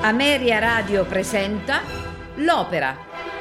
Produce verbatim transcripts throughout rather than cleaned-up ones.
Ameria Radio presenta L'Opera.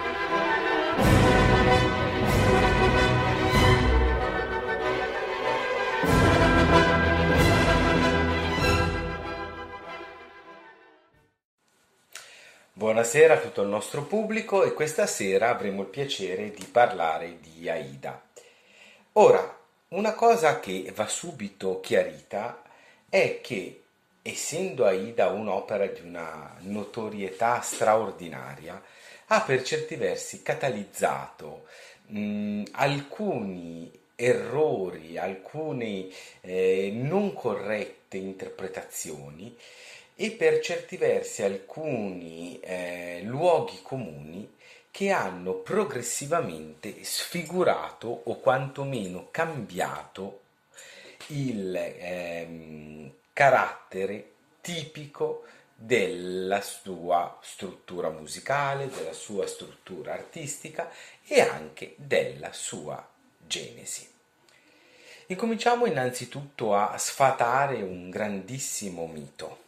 Buonasera a tutto il nostro pubblico e questa sera avremo il piacere di parlare di Aida. Ora, una cosa che va subito chiarita è che, essendo Aida un'opera di una notorietà straordinaria, ha per certi versi catalizzato mh, alcuni errori, alcune eh, non corrette interpretazioni e per certi versi alcuni eh, luoghi comuni che hanno progressivamente sfigurato o quantomeno cambiato il ehm, carattere tipico della sua struttura musicale, della sua struttura artistica e anche della sua genesi. Incominciamo innanzitutto a sfatare un grandissimo mito.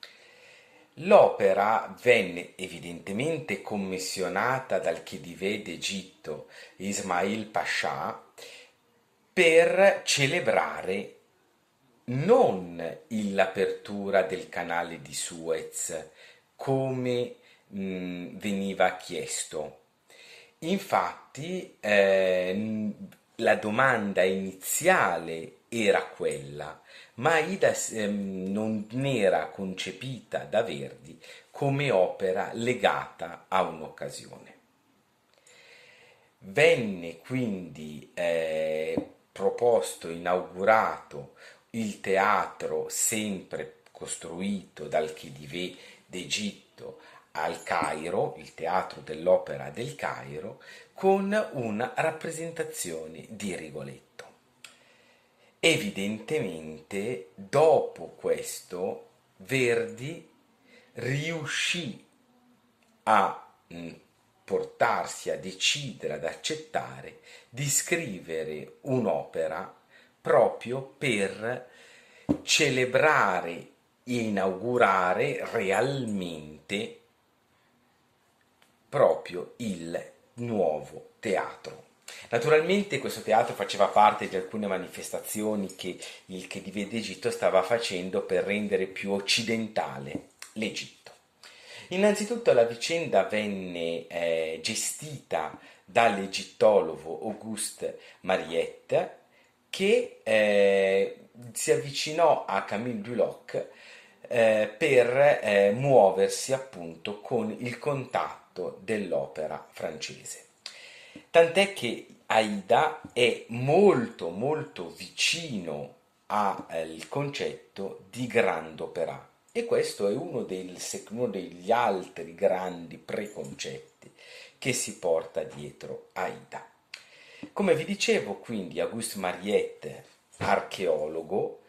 L'opera venne evidentemente commissionata dal Khedive d'Egitto, Ismail Pascià, per celebrare non l'apertura del canale di Suez come mh, veniva chiesto. Infatti eh, la domanda iniziale era quella, ma Aida ehm, non era concepita da Verdi come opera legata a un'occasione. Venne quindi eh, proposto, inaugurato il teatro sempre costruito dal Khedive d'Egitto al Cairo, il teatro dell'opera del Cairo, con una rappresentazione di Rigoletto. Evidentemente, dopo questo, Verdi riuscì a mh, portarsi a decidere, ad accettare di scrivere un'opera proprio per celebrare e inaugurare realmente proprio il nuovo teatro. Naturalmente questo teatro faceva parte di alcune manifestazioni che il Khedive d'Egitto stava facendo per rendere più occidentale l'Egitto. Innanzitutto la vicenda venne eh, gestita dall'egittologo Auguste Mariette, che eh, si avvicinò a Camille Dulac eh, per eh, muoversi appunto con il contatto dell'opera francese. Tant'è che Aida è molto molto vicino al eh, concetto di grand opéra e questo è uno, del, uno degli altri grandi preconcetti che si porta dietro Aida. Come vi dicevo, quindi, Auguste Mariette, archeologo,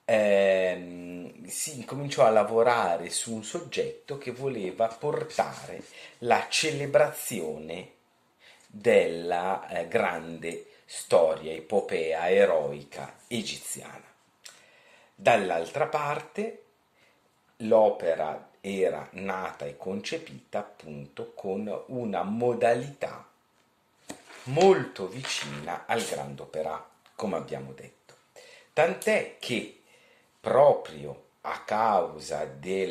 ehm, si incominciò a lavorare su un soggetto che voleva portare la celebrazione della eh, grande storia, epopea eroica egiziana. Dall'altra parte, l'opera era nata e concepita appunto con una modalità molto vicina al grand opéra, come abbiamo detto. Tant'è che proprio a causa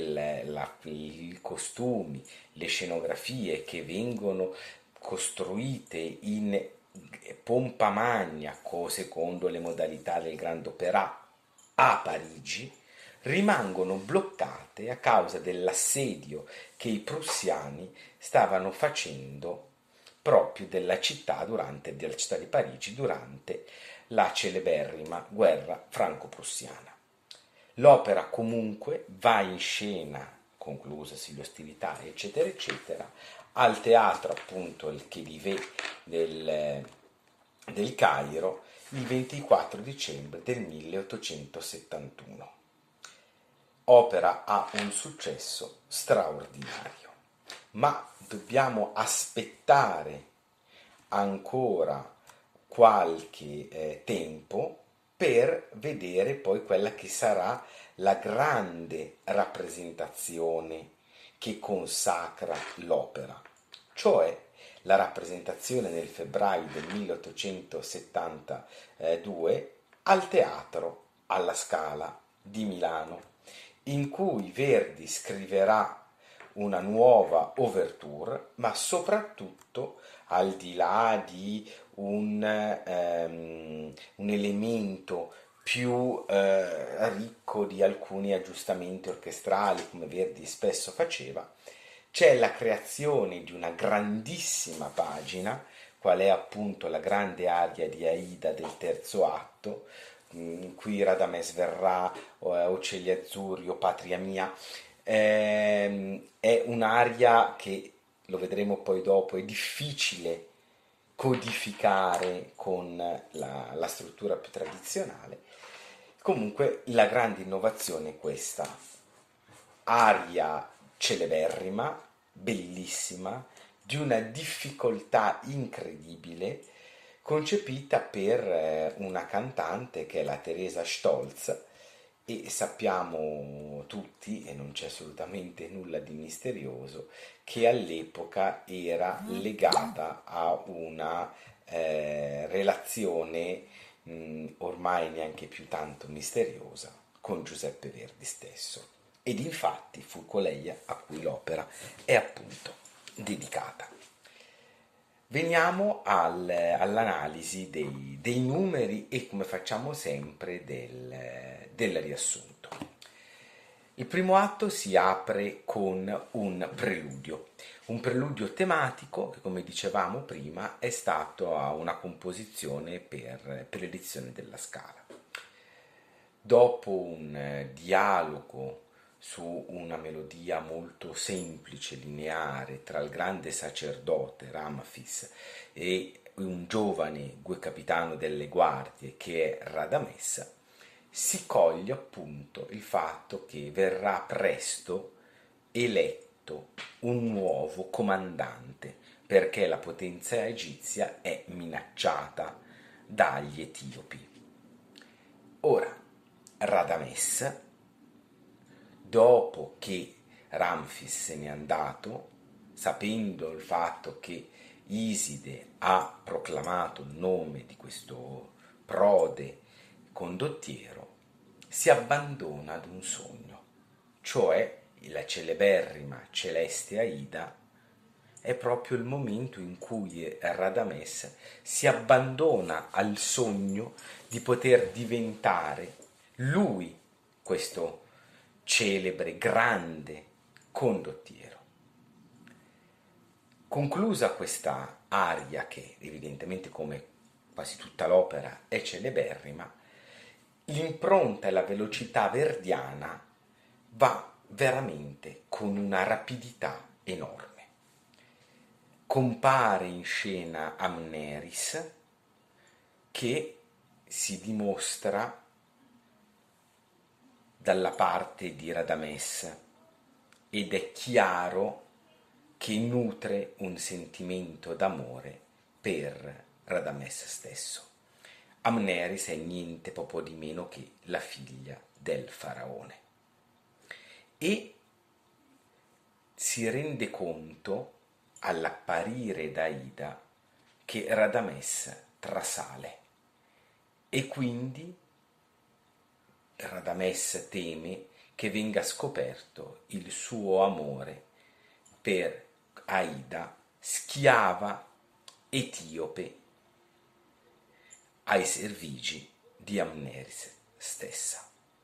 dei costumi, le scenografie che vengono costruite in pompa magna, secondo le modalità del grand opéra, a Parigi, rimangono bloccate a causa dell'assedio che i prussiani stavano facendo proprio della città, durante, della città di Parigi durante la celeberrima guerra franco-prussiana. L'opera comunque va in scena, conclusasi le ostilità, eccetera, eccetera, al teatro appunto il Khedive del, del Cairo il ventiquattro dicembre del milleottocentosettantuno. Opera ha un successo straordinario, ma dobbiamo aspettare ancora qualche eh, tempo per vedere poi quella che sarà la grande rappresentazione che consacra l'opera, cioè la rappresentazione nel febbraio del milleottocentosettantadue al Teatro alla Scala di Milano, in cui Verdi scriverà una nuova ouverture, ma soprattutto, al di là di un, um, un elemento più eh, ricco di alcuni aggiustamenti orchestrali, come Verdi spesso faceva, c'è la creazione di una grandissima pagina, qual è appunto la grande aria di Aida del terzo atto, in cui Radames verrà, Uccelli azzurri o Patria mia. Ehm, è un'aria che, lo vedremo poi dopo, è difficile codificare con la, la struttura più tradizionale. Comunque la grande innovazione è questa: aria celeberrima, bellissima, di una difficoltà incredibile, concepita per una cantante che è la Teresa Stolz, e sappiamo tutti, e non c'è assolutamente nulla di misterioso, che all'epoca era legata a una eh, relazione mh, ormai neanche più tanto misteriosa con Giuseppe Verdi stesso. Ed infatti fu colei a cui l'opera è appunto dedicata. Veniamo al, all'analisi dei, dei numeri e, come facciamo sempre, del, del riassunto. Il primo atto si apre con un preludio, un preludio tematico che, come dicevamo prima, è stato a una composizione per, per l'edizione della Scala. Dopo un dialogo su una melodia molto semplice, lineare, tra il grande sacerdote Ramafis e un giovane capitano delle guardie che è Radames, si coglie appunto il fatto che verrà presto eletto un nuovo comandante, perché la potenza egizia è minacciata dagli etiopi. Ora, Radames, dopo che Ramfis se n'è andato, sapendo il fatto che Iside ha proclamato il nome di questo prode condottiero, si abbandona ad un sogno, cioè la celeberrima celeste Aida è proprio il momento in cui Radames si abbandona al sogno di poter diventare lui questo celebre, grande condottiero. Conclusa questa aria, che evidentemente, come quasi tutta l'opera, è celeberrima, l'impronta e la velocità verdiana va veramente con una rapidità enorme. Compare in scena Amneris, che si dimostra dalla parte di Radames, ed è chiaro che nutre un sentimento d'amore per Radames stesso. Amneris è niente poco di meno che la figlia del faraone, e si rende conto all'apparire d'Aida che Radames trasale, e quindi Radames teme che venga scoperto il suo amore per Aida, schiava etiope ai servigi di Amneris stessa.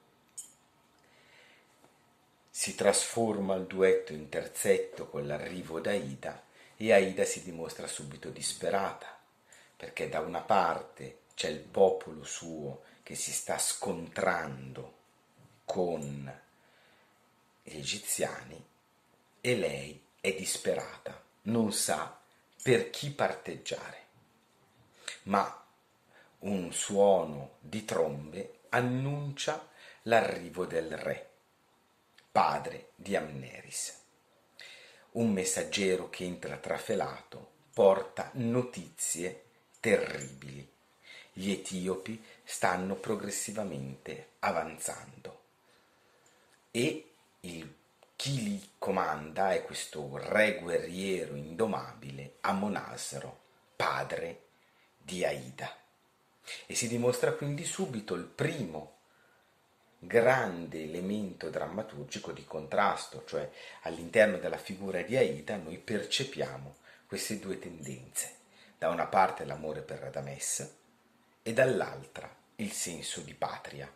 Si trasforma il duetto in terzetto con l'arrivo d'Aida, e Aida si dimostra subito disperata, perché da una parte c'è il popolo suo che si sta scontrando con gli egiziani, e lei è disperata, non sa per chi parteggiare. Ma un suono di trombe annuncia l'arrivo del re, padre di Amneris. Un messaggero che entra trafelato porta notizie terribili. Gli etiopi stanno progressivamente avanzando, e il chi li comanda è questo re guerriero indomabile, Amonasro, padre di Aida. E si dimostra quindi subito il primo grande elemento drammaturgico di contrasto, cioè all'interno della figura di Aida noi percepiamo queste due tendenze, da una parte l'amore per Radamès e dall'altra il senso di patria.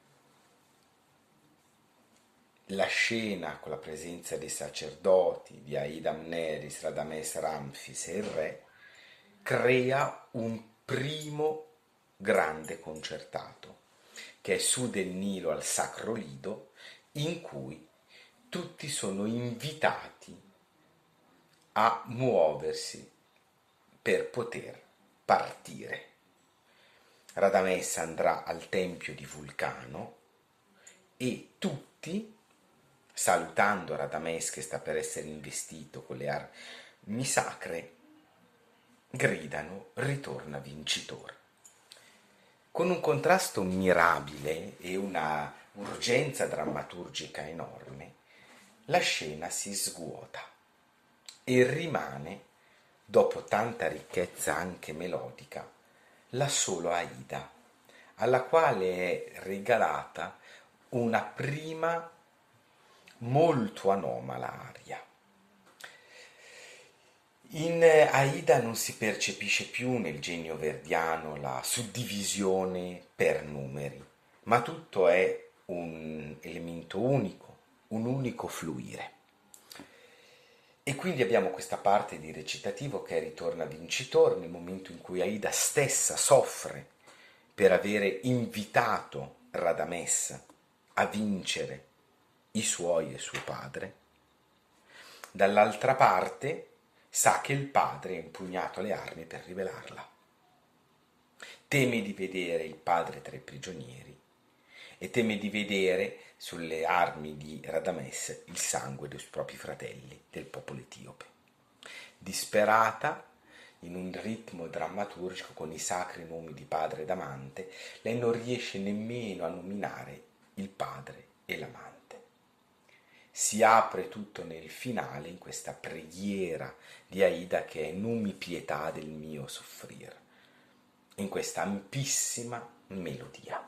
La scena con la presenza dei sacerdoti, di Aida Amneris, Radamès, Ramfis e il re, crea un primo grande concertato, che è su del Nilo al Sacro Lido, in cui tutti sono invitati a muoversi per poter partire. Radamès andrà al tempio di Vulcano e tutti, salutando Radamès che sta per essere investito con le armi sacre, gridano: ritorna vincitore. Con un contrasto mirabile e una urgenza drammaturgica enorme, la scena si svuota e rimane, dopo tanta ricchezza anche melodica, la sola Aida, alla quale è regalata una prima molto anomala aria. In Aida non si percepisce più nel genio verdiano la suddivisione per numeri, ma tutto è un elemento unico, un unico fluire. E quindi abbiamo questa parte di recitativo che ritorna vincitore nel momento in cui Aida stessa soffre per avere invitato Radamès a vincere i suoi e suo padre. Dall'altra parte sa che il padre ha impugnato le armi per rivelarla. Teme di vedere il padre tra i prigionieri e teme di vedere sulle armi di Radamès il sangue dei propri fratelli, del popolo etiope. Disperata, in un ritmo drammaturgico con i sacri nomi di padre ed amante, lei non riesce nemmeno a nominare il padre e l'amante. Si apre tutto nel finale in questa preghiera di Aida che è numi pietà del mio soffrire, in questa ampissima melodia.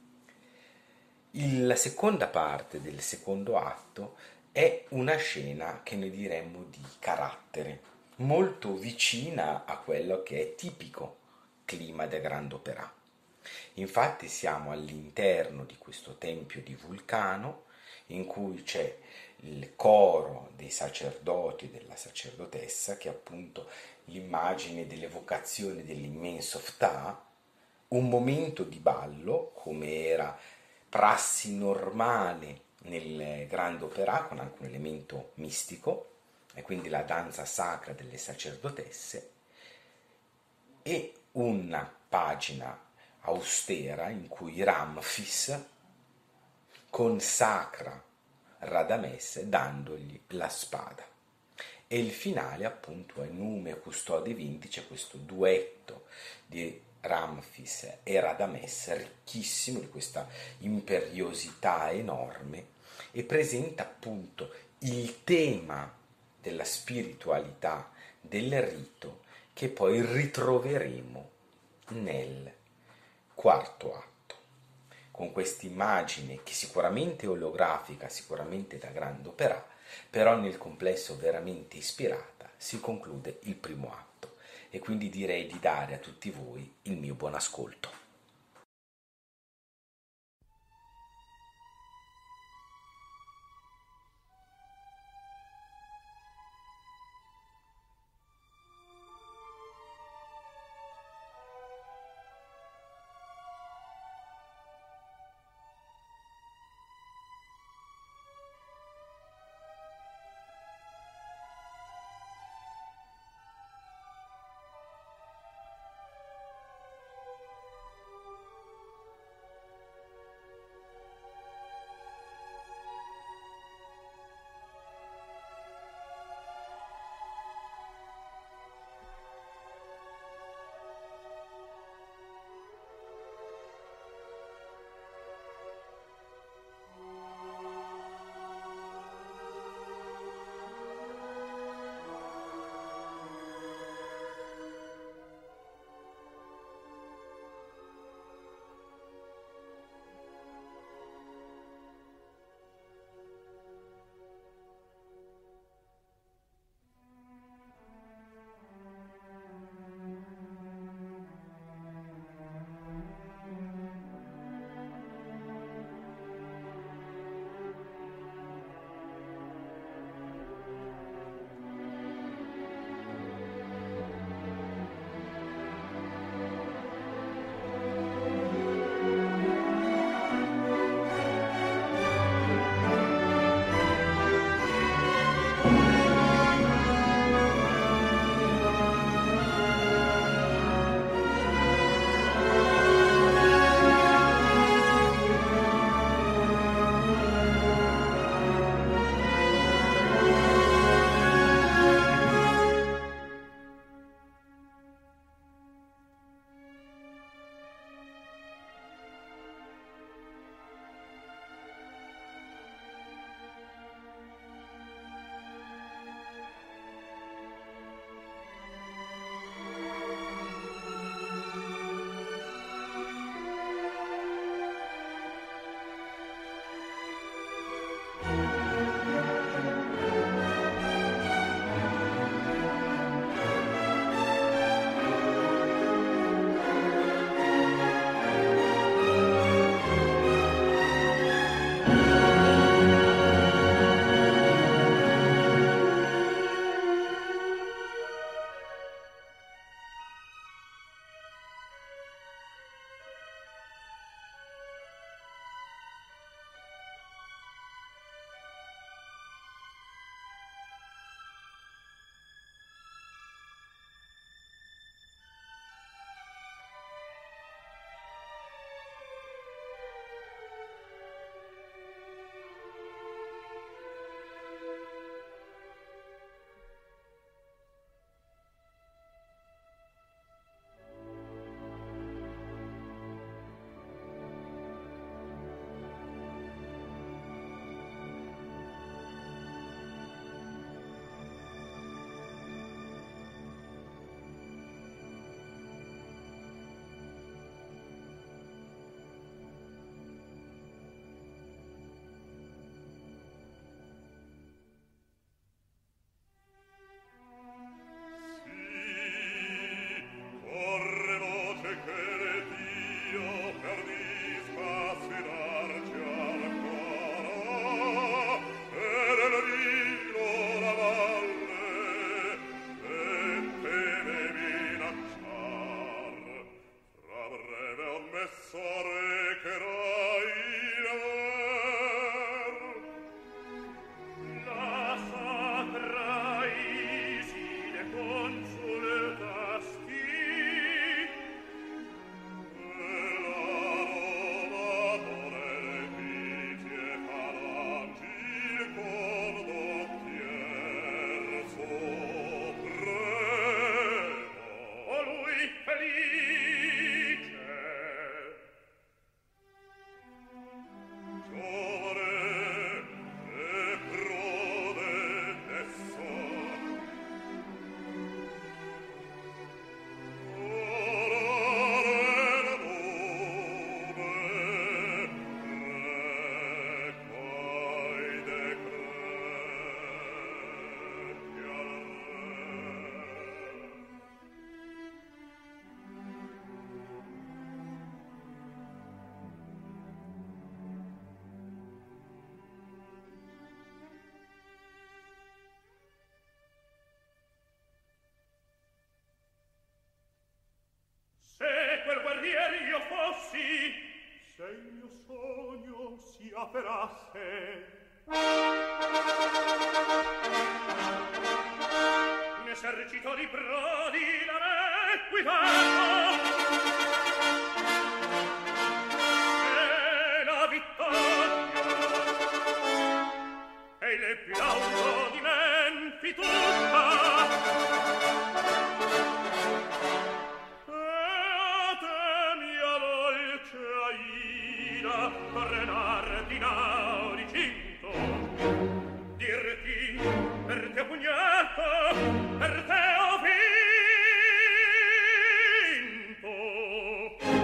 La seconda parte del secondo atto è una scena che noi diremmo di carattere, molto vicina a quello che è tipico clima del Grand Opéra. Infatti siamo all'interno di questo tempio di Vulcano, in cui c'è il coro dei sacerdoti e della sacerdotessa, che è appunto l'immagine dell'evocazione dell'immenso Phthah, un momento di ballo, come era prassi normale nel Grand Opéra, con anche un elemento mistico, e quindi la danza sacra delle sacerdotesse, e una pagina austera in cui Ramfis consacra Radamès dandogli la spada. E il finale appunto è Nume Custode Vinti, c'è questo duetto di Ramfis e Radamès ricchissimo di questa imperiosità enorme, e presenta appunto il tema della spiritualità del rito che poi ritroveremo nel quarto atto, con questa immagine che sicuramente è olografica, sicuramente da Grand Opéra, però nel complesso veramente ispirata. Si conclude il primo atto e quindi direi di dare a tutti voi il mio buon ascolto. guerrier io fossi, se il mio sogno si avverasse. Un esercito di brodi l'avrei guidato, e la vittoria e il plauso di Menfi tutta. E te mia dolce Aida, frenar di nauri cinto, dirti per te ho pugnato, per te ho vinto.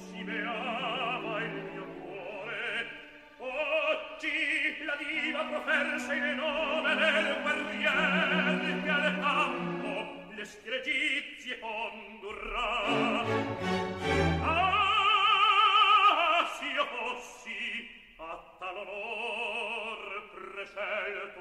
si beava il mio cuore. Oggi la diva proferse il nome del guerrier che al campo le schiere egizie condurrà. Ah, se io fossi a tal onor prescelto,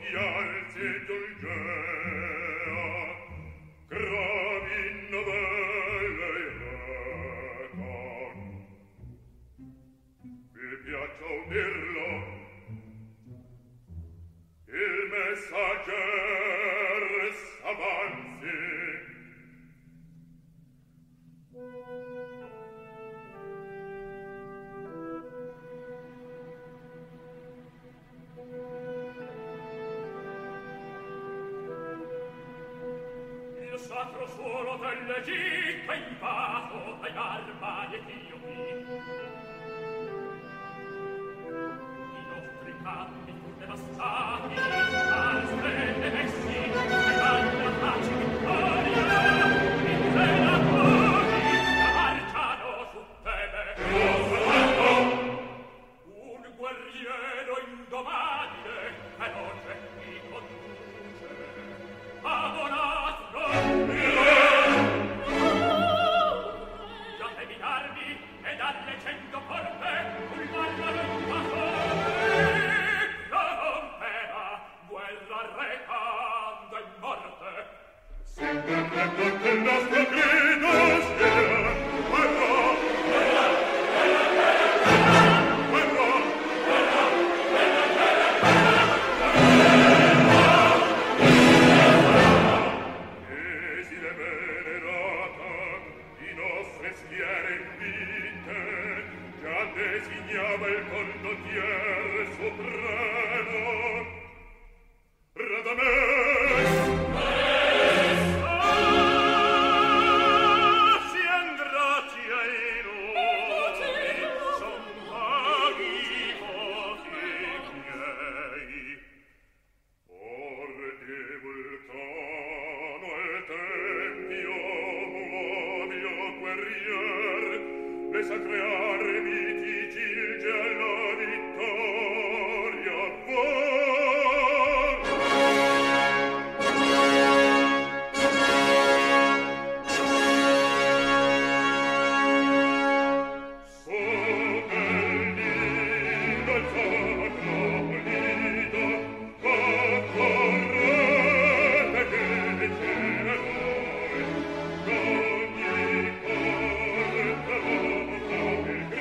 Thank you.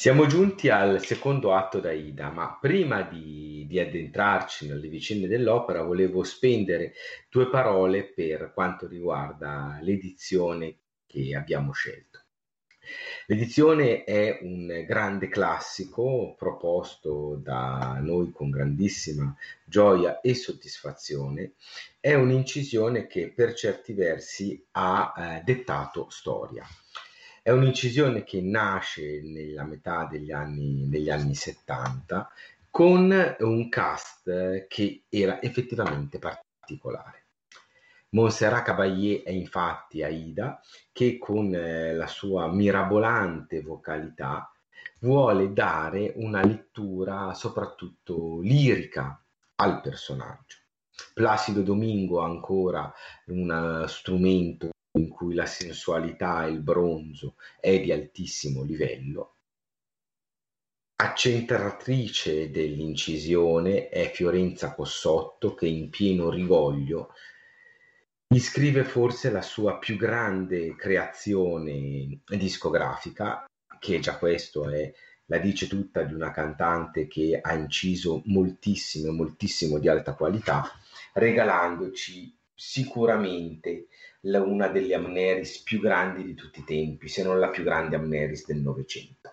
Siamo giunti al secondo atto d'Aida, ma prima di, di addentrarci nelle vicende dell'opera volevo spendere due parole per quanto riguarda l'edizione che abbiamo scelto. L'edizione è un grande classico proposto da noi con grandissima gioia e soddisfazione. È un'incisione che per certi versi ha eh, dettato storia. È un'incisione che nasce nella metà degli anni, degli anni settanta con un cast che era effettivamente particolare. Montserrat Caballé è infatti Aida, che con eh, la sua mirabolante vocalità vuole dare una lettura soprattutto lirica al personaggio. Placido Domingo ancora un strumento in cui la sensualità e il bronzo è di altissimo livello. Accentratrice dell'incisione è Fiorenza Cossotto, che in pieno rigoglio iscrive forse la sua più grande creazione discografica, che già questo è la dice tutta di una cantante che ha inciso moltissimo, moltissimo di alta qualità, regalandoci sicuramente la, una delle Amneris più grandi di tutti i tempi, se non la più grande Amneris del Novecento.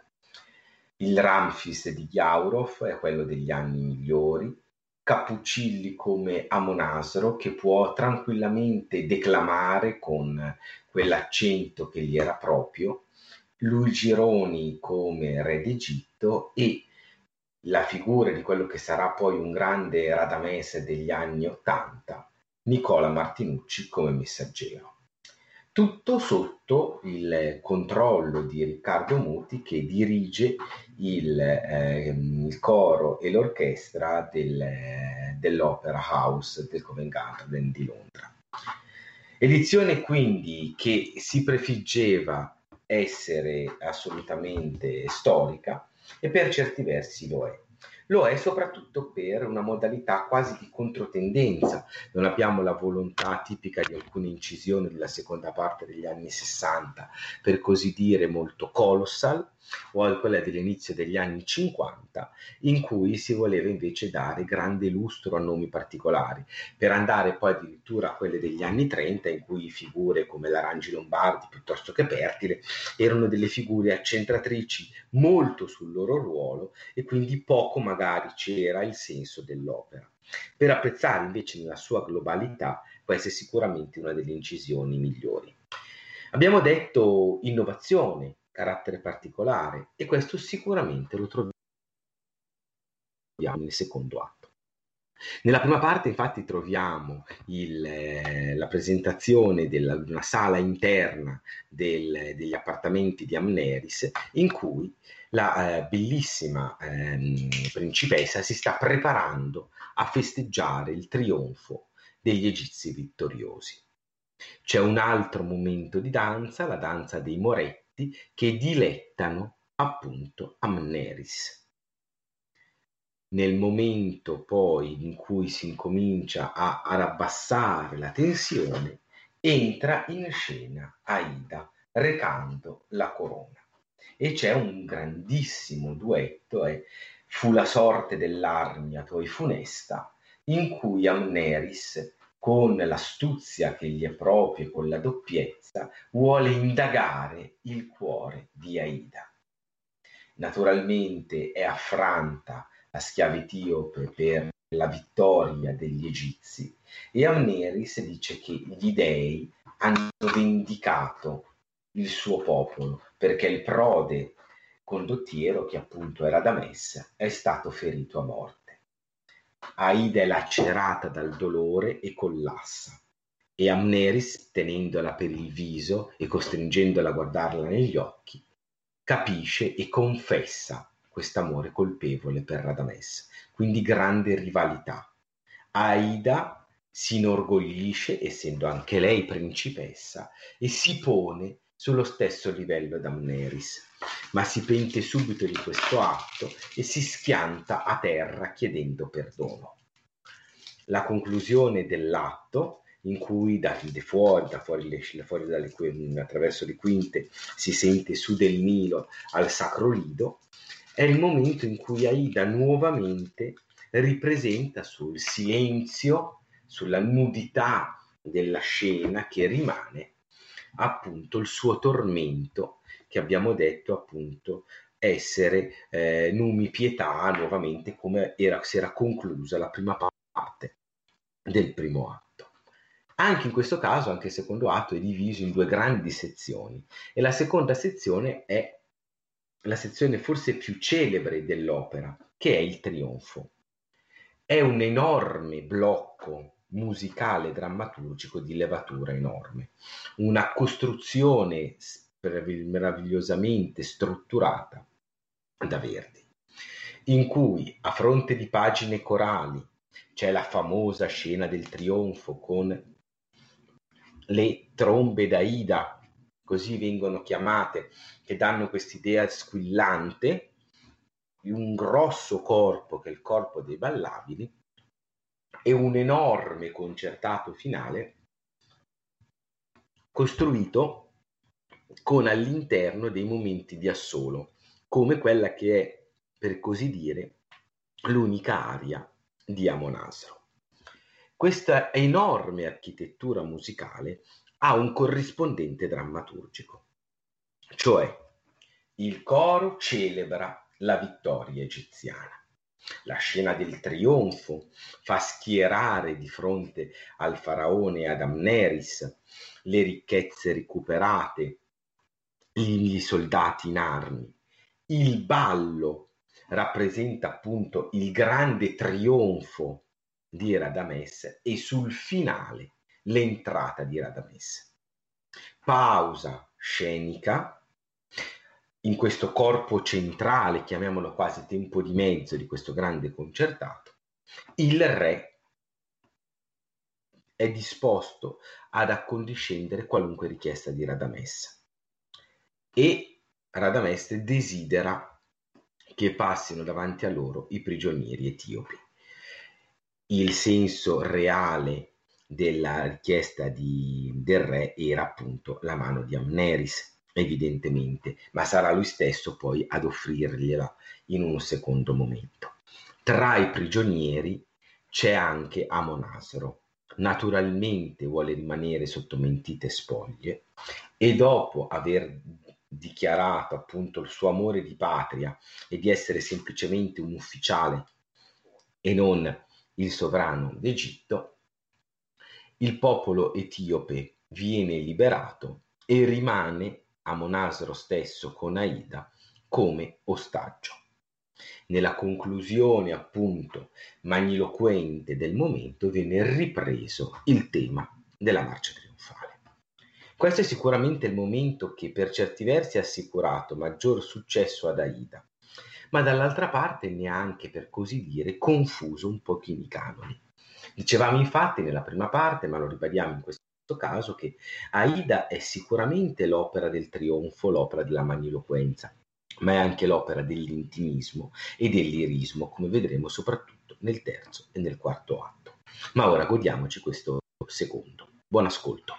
Il Ramfis di Ghiaurov è quello degli anni migliori, Cappuccilli come Amonasro, che può tranquillamente declamare con quell'accento che gli era proprio, Luigi Roni come Re d'Egitto e la figura di quello che sarà poi un grande Radamés degli anni Ottanta, Nicola Martinucci come Messaggero. Tutto sotto il controllo di Riccardo Muti, che dirige il, eh, il coro e l'orchestra del, dell'Opera House del Covent Garden di Londra. Edizione quindi che si prefiggeva essere assolutamente storica e per certi versi lo è. Lo è soprattutto per una modalità quasi di controtendenza. Non abbiamo la volontà tipica di alcune incisioni della seconda parte degli anni sessanta, per così dire molto colossal, o quella dell'inizio degli anni cinquanta, in cui si voleva invece dare grande lustro a nomi particolari, per andare poi addirittura a quelle degli anni trenta, in cui figure come l'Arangi Lombardi piuttosto che Pertile erano delle figure accentratrici molto sul loro ruolo e quindi poco magari c'era il senso dell'opera. Per apprezzare invece nella sua globalità, questa è sicuramente una delle incisioni migliori. Abbiamo detto innovazione, carattere particolare, e questo sicuramente lo troviamo nel secondo atto. Nella prima parte infatti troviamo il, eh, la presentazione della, di una sala interna del, degli appartamenti di Amneris, in cui la eh, bellissima eh, principessa si sta preparando a festeggiare il trionfo degli egizi vittoriosi. C'è un altro momento di danza, la danza dei Moretti, che dilettano appunto Amneris. Nel momento poi in cui si incomincia a, ad abbassare la tensione, entra in scena Aida recando la corona. E c'è un grandissimo duetto, eh, fu la sorte dell'Armia poi funesta, in cui Amneris, con l'astuzia che gli è propria e con la doppiezza, vuole indagare il cuore di Aida. Naturalmente è affranta la schiava etiope per la vittoria degli egizi e Amneris dice che gli dei hanno vendicato il suo popolo perché il prode condottiero, che appunto era Radamés, è stato ferito a morte. Aida è lacerata dal dolore e collassa e Amneris, tenendola per il viso e costringendola a guardarla negli occhi, capisce e confessa quest'amore colpevole per Radamés, quindi grande rivalità. Aida si inorgoglisce, essendo anche lei principessa, e si pone sullo stesso livello d'Amneris, ma si pente subito di questo atto e si schianta a terra chiedendo perdono. La conclusione dell'atto, in cui da, da fuori, da fuori, le, fuori dalle, attraverso le quinte si sente su del Nilo al Sacro Lido, è il momento in cui Aida nuovamente ripresenta sul silenzio, sulla nudità della scena che rimane appunto il suo tormento, che abbiamo detto appunto essere eh, numi pietà, nuovamente come era, si era conclusa la prima parte del primo atto. Anche in questo caso, anche il secondo atto è diviso in due grandi sezioni, e la seconda sezione è la sezione forse più celebre dell'opera, che è il trionfo. È un enorme blocco musicale drammaturgico di levatura enorme, una costruzione meravigliosamente strutturata da Verdi, in cui a fronte di pagine corali c'è la famosa scena del trionfo con le trombe d'Aida, così vengono chiamate, che danno quest'idea squillante di un grosso corpo che è il corpo dei ballabili, e un enorme concertato finale costruito con all'interno dei momenti di assolo, come quella che è, per così dire, l'unica aria di Amonasro. Questa enorme architettura musicale ha un corrispondente drammaturgico, cioè il coro celebra la vittoria egiziana. La scena del trionfo fa schierare di fronte al faraone e ad Amneris le ricchezze recuperate, i soldati in armi. Il ballo rappresenta appunto il grande trionfo di Radames e sul finale l'entrata di Radames. Pausa scenica in questo corpo centrale, chiamiamolo quasi tempo di mezzo di questo grande concertato. Il re è disposto ad accondiscendere qualunque richiesta di Radames, e Radames desidera che passino davanti a loro i prigionieri etiopi. Il senso reale della richiesta di, del re era appunto la mano di Amneris, evidentemente, ma sarà lui stesso poi ad offrirgliela in un secondo momento. Tra i prigionieri c'è anche Amonasro. Naturalmente vuole rimanere sotto mentite spoglie, e dopo aver dichiarato appunto il suo amore di patria e di essere semplicemente un ufficiale e non il sovrano d'Egitto, il popolo etiope viene liberato e rimane Amonasro stesso con Aida come ostaggio. Nella conclusione appunto magniloquente del momento viene ripreso il tema della marcia trionfale. Questo è sicuramente il momento che per certi versi ha assicurato maggior successo ad Aida, ma dall'altra parte ne ha anche, per così dire, confuso un pochino i canoni. Dicevamo infatti nella prima parte, ma lo ribadiamo in questo caso, che Aida è sicuramente l'opera del trionfo, l'opera della magniloquenza, ma è anche l'opera dell'intimismo e dell'irismo, come vedremo soprattutto nel terzo e nel quarto atto. Ma ora godiamoci questo secondo. Buon ascolto.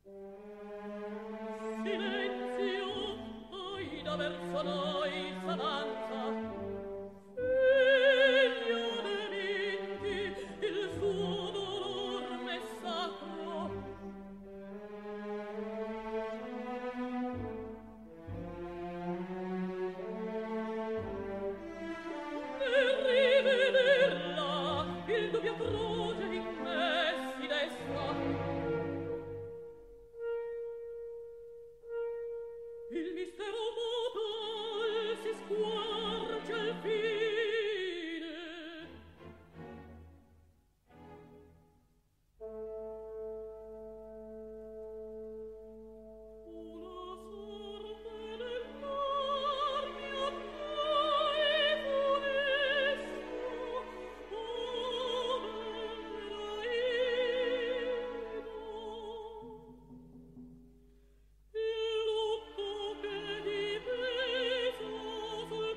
Il lutto che di peso sul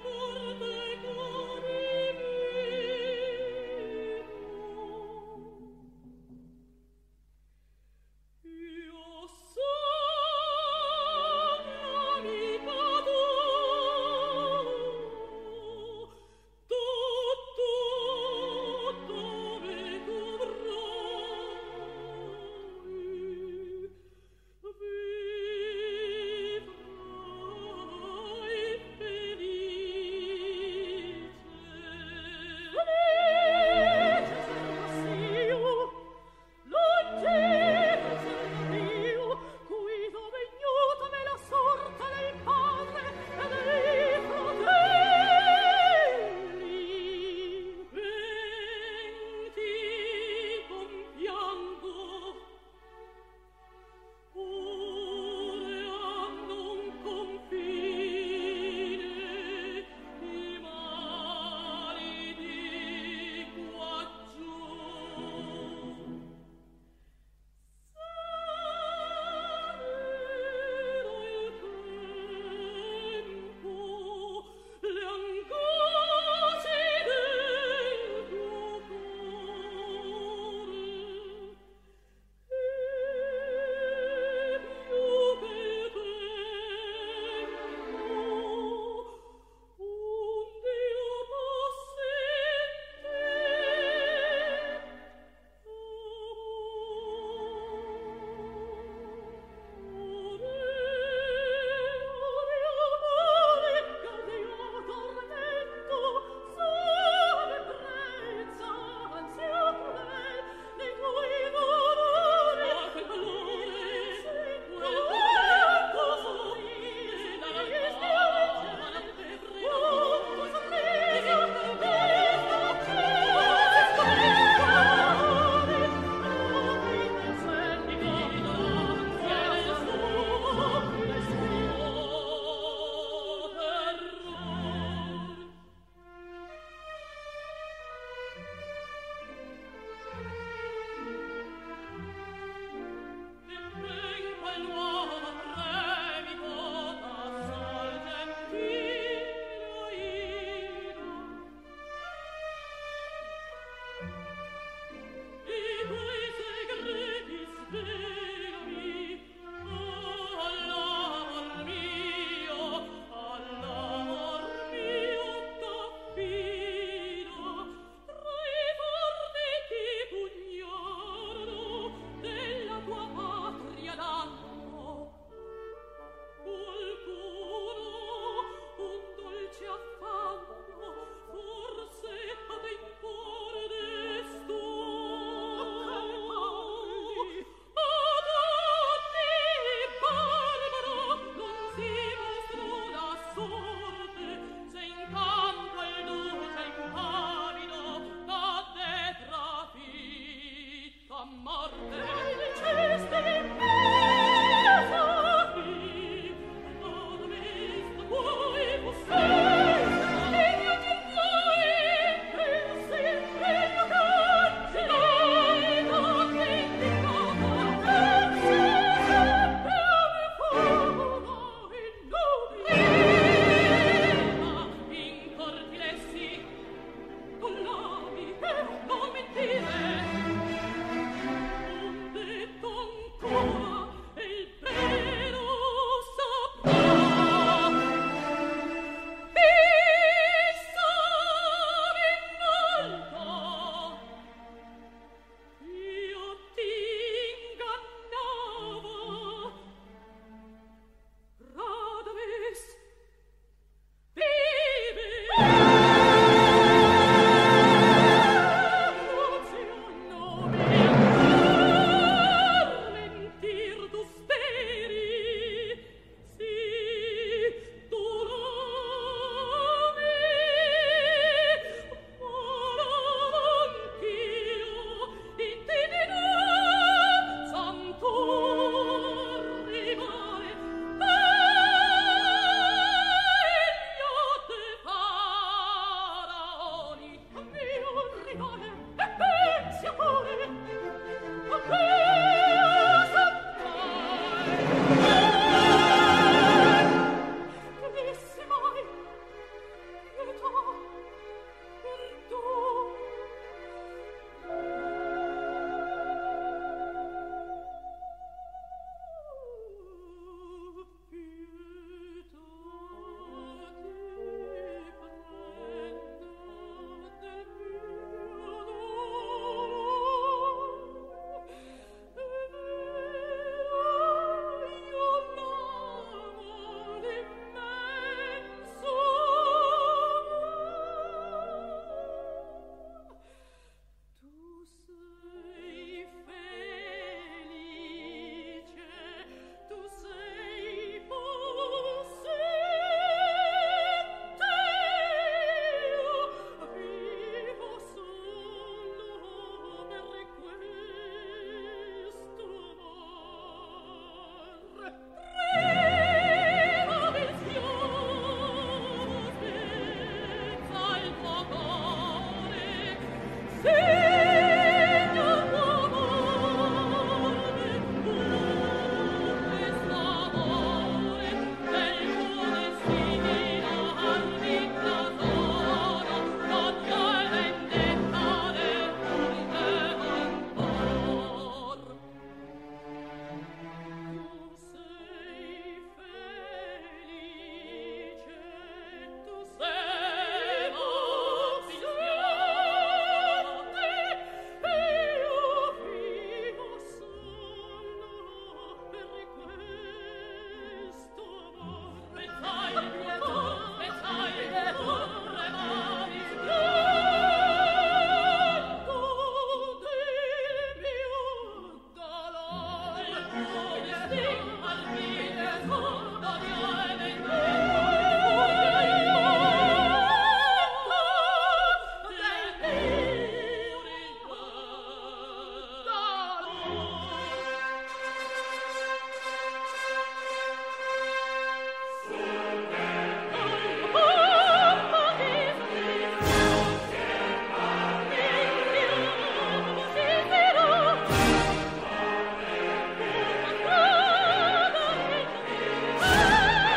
Ah!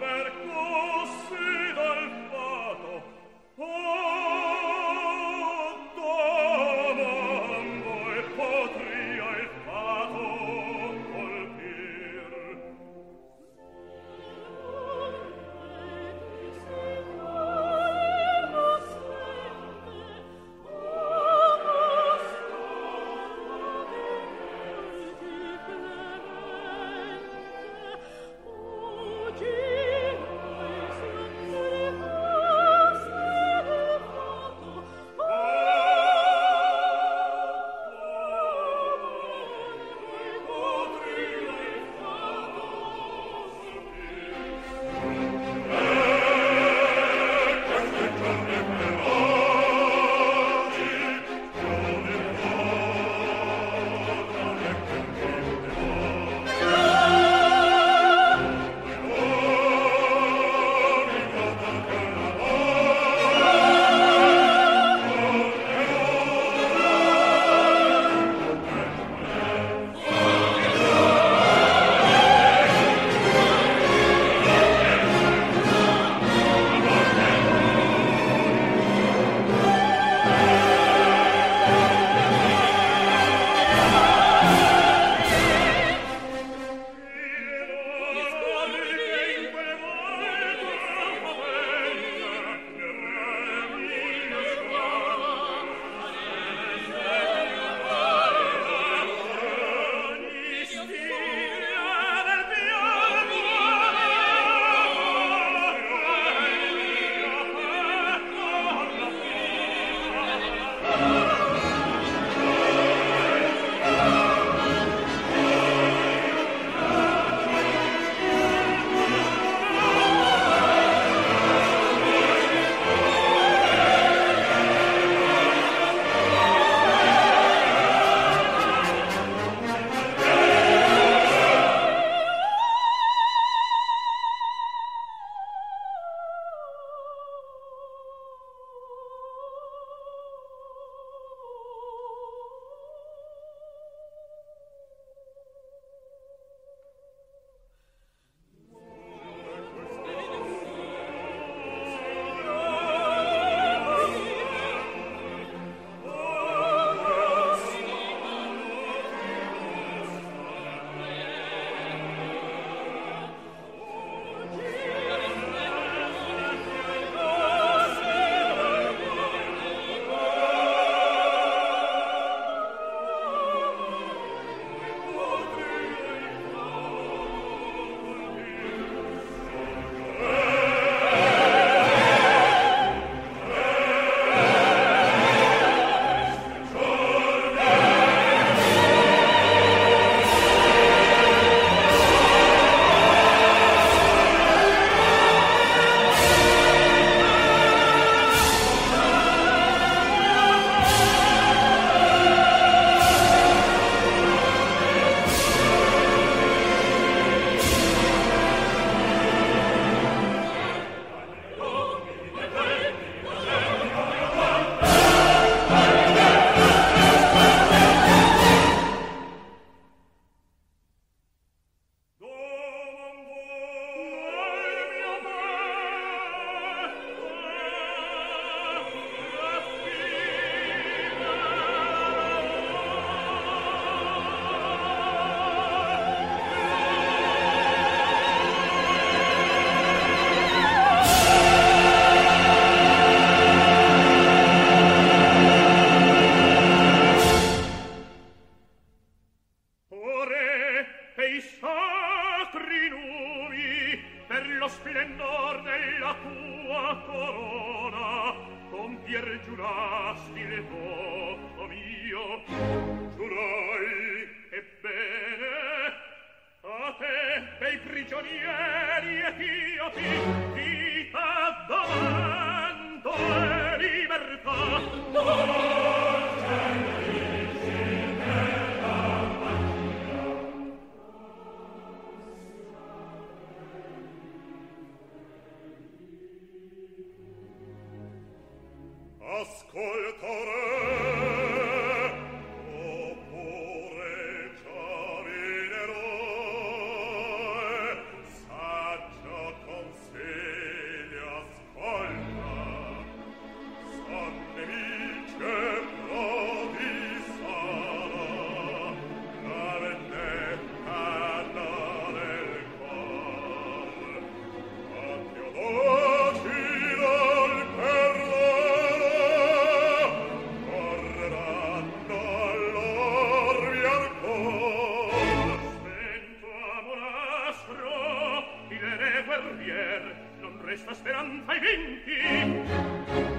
Saggio con guerrier, non resta speranza ai venti.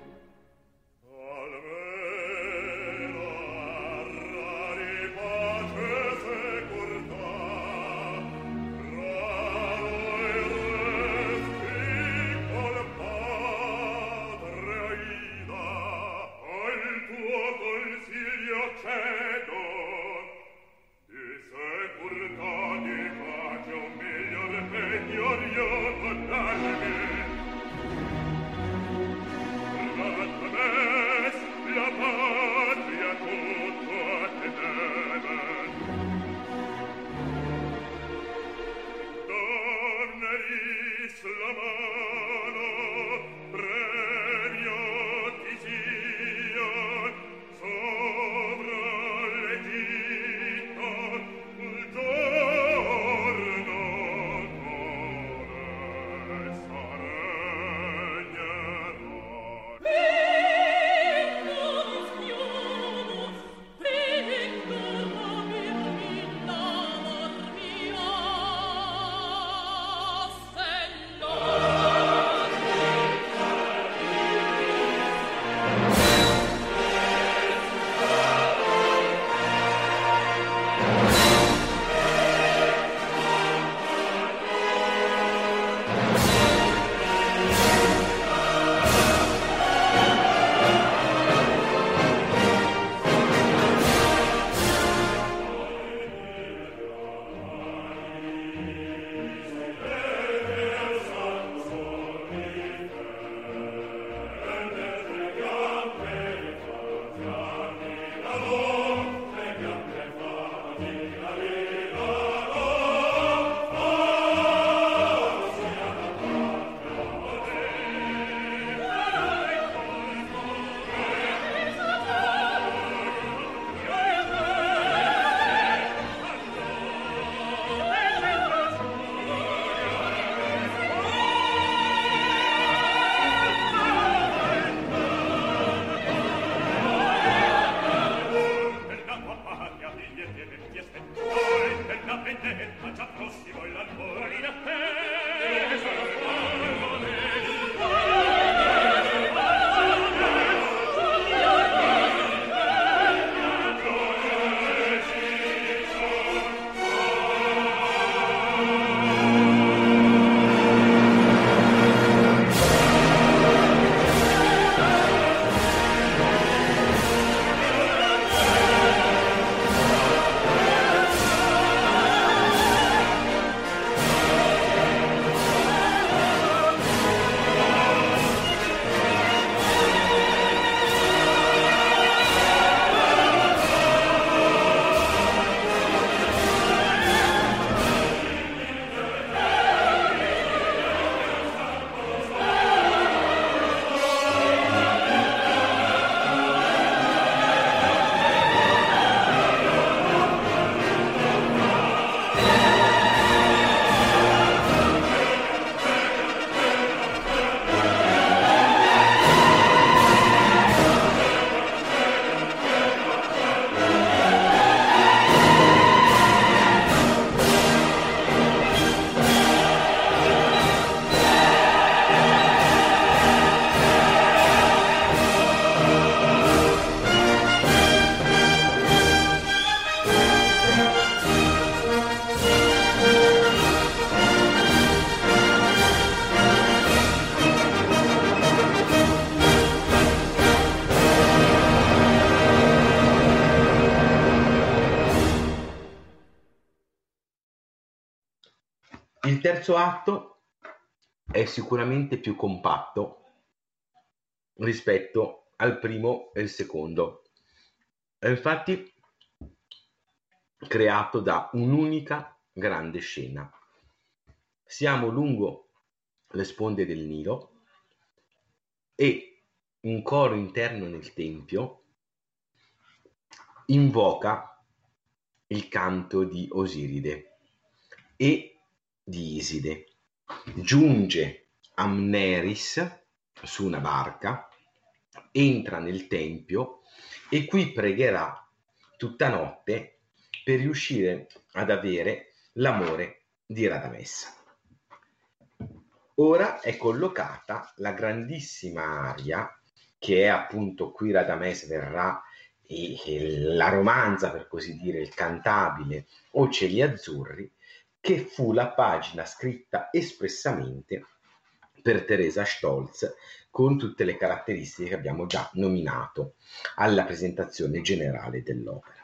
Il terzo atto è sicuramente più compatto rispetto al primo e il secondo. È infatti creato da un'unica grande scena. Siamo lungo le sponde del Nilo e un coro interno nel tempio invoca il canto di Osiride e di Iside. Giunge Amneris su una barca, entra nel tempio e qui pregherà tutta notte per riuscire ad avere l'amore di Radamessa. Ora è collocata la grandissima aria, che è appunto qui Radames verrà e, e la romanza, per così dire, il cantabile O cieli azzurri, che fu la pagina scritta espressamente per Teresa Stolz, con tutte le caratteristiche che abbiamo già nominato alla presentazione generale dell'opera.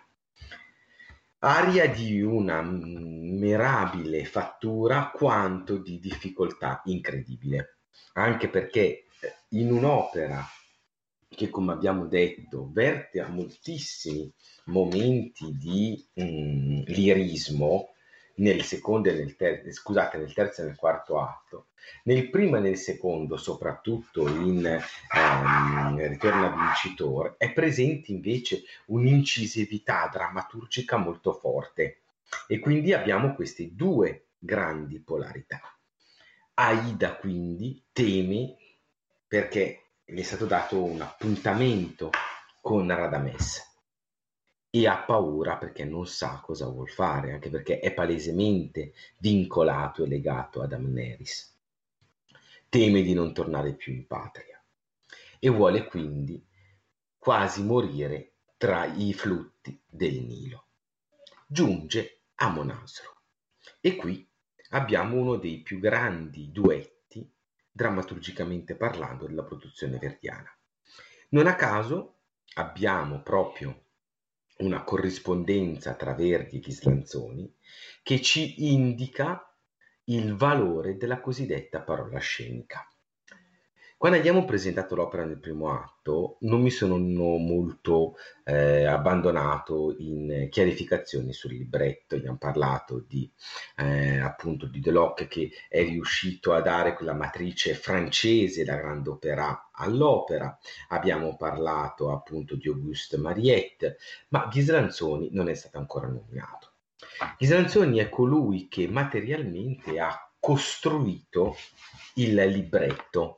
Aria di una mirabile fattura quanto di difficoltà incredibile, anche perché in un'opera che, come abbiamo detto, verte a moltissimi momenti di mm, lirismo nel secondo e nel terzo, scusate, nel terzo e nel quarto atto, nel primo e nel secondo, soprattutto in ehm, Ritorno a Vincitore, è presente invece un'incisività drammaturgica molto forte, e quindi abbiamo queste due grandi polarità. Aida quindi teme perché gli è stato dato un appuntamento con Radames e ha paura perché non sa cosa vuol fare, anche perché è palesemente vincolato e legato ad Amneris. Teme di non tornare più in patria e vuole quindi quasi morire tra i flutti del Nilo. Giunge a Monasro e qui abbiamo uno dei più grandi duetti, drammaturgicamente parlando, della produzione verdiana. Non a caso abbiamo proprio una corrispondenza tra Verdi e Ghislanzoni che ci indica il valore della cosiddetta parola scenica. Quando abbiamo presentato l'opera nel primo atto, non mi sono molto eh, abbandonato in chiarificazioni sul libretto. Abbiamo parlato di eh, appunto di Deloc, che è riuscito a dare quella matrice francese da grande opera all'opera. Abbiamo parlato appunto di Auguste Mariette, ma Ghislanzoni non è stato ancora nominato. Ghislanzoni è colui che materialmente ha costruito il libretto,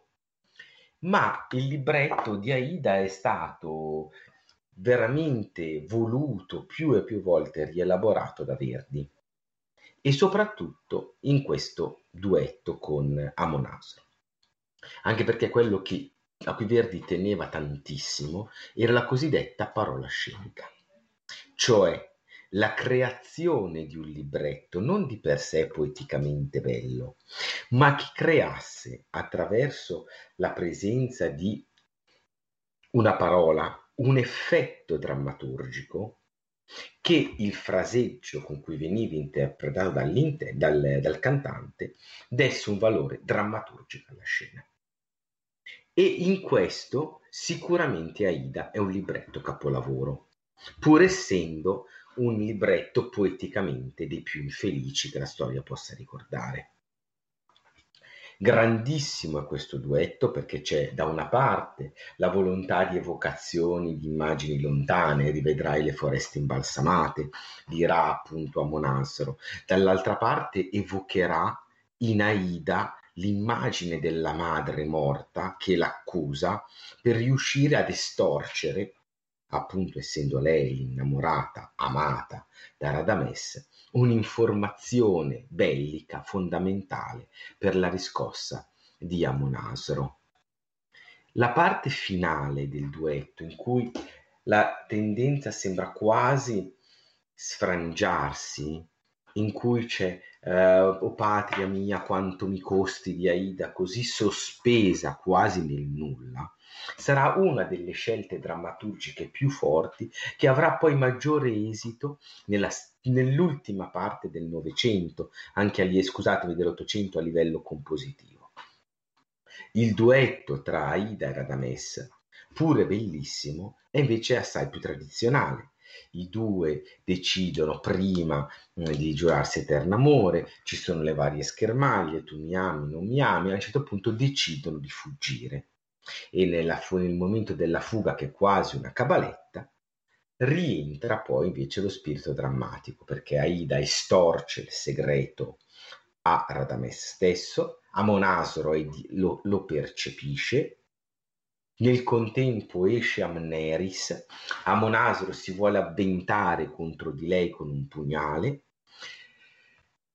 ma il libretto di Aida è stato veramente voluto più e più volte, rielaborato da Verdi, e soprattutto in questo duetto con Amonasro, anche perché quello che, a cui Verdi teneva tantissimo era la cosiddetta parola scenica, cioè la creazione di un libretto non di per sé poeticamente bello, ma che creasse attraverso la presenza di una parola un effetto drammaturgico che il fraseggio con cui veniva interpretato dal, dal cantante desse un valore drammaturgico alla scena. E in questo sicuramente Aida è un libretto capolavoro, pur essendo un libretto poeticamente dei più infelici che la storia possa ricordare. Grandissimo è questo duetto perché c'è da una parte la volontà di evocazioni di immagini lontane, rivedrai le foreste imbalsamate, dirà appunto a Monasro, dall'altra parte evocherà in Aida l'immagine della madre morta che l'accusa per riuscire ad estorcere, appunto essendo lei innamorata, amata da Radames, un'informazione bellica fondamentale per la riscossa di Amonasro. La parte finale del duetto, in cui la tendenza sembra quasi sfrangiarsi, in cui c'è eh, o patria mia quanto mi costi di Aida, così sospesa quasi nel nulla, sarà una delle scelte drammaturgiche più forti che avrà poi maggiore esito nella, nell'ultima parte del Novecento, anche agli, scusatemi, dell'Ottocento a livello compositivo. Il duetto tra Aida e Radames, pure bellissimo, è invece assai più tradizionale. I due decidono prima eh, di giurarsi eterno amore, ci sono le varie schermaglie, tu mi ami, non mi ami, a un certo punto decidono di fuggire e nella, nel momento della fuga, che è quasi una cabaletta, rientra poi invece lo spirito drammatico, perché Aida estorce il segreto a Radames stesso, Amonasro lo, lo percepisce. Nel contempo esce Amneris, Amonasro si vuole avventare contro di lei con un pugnale,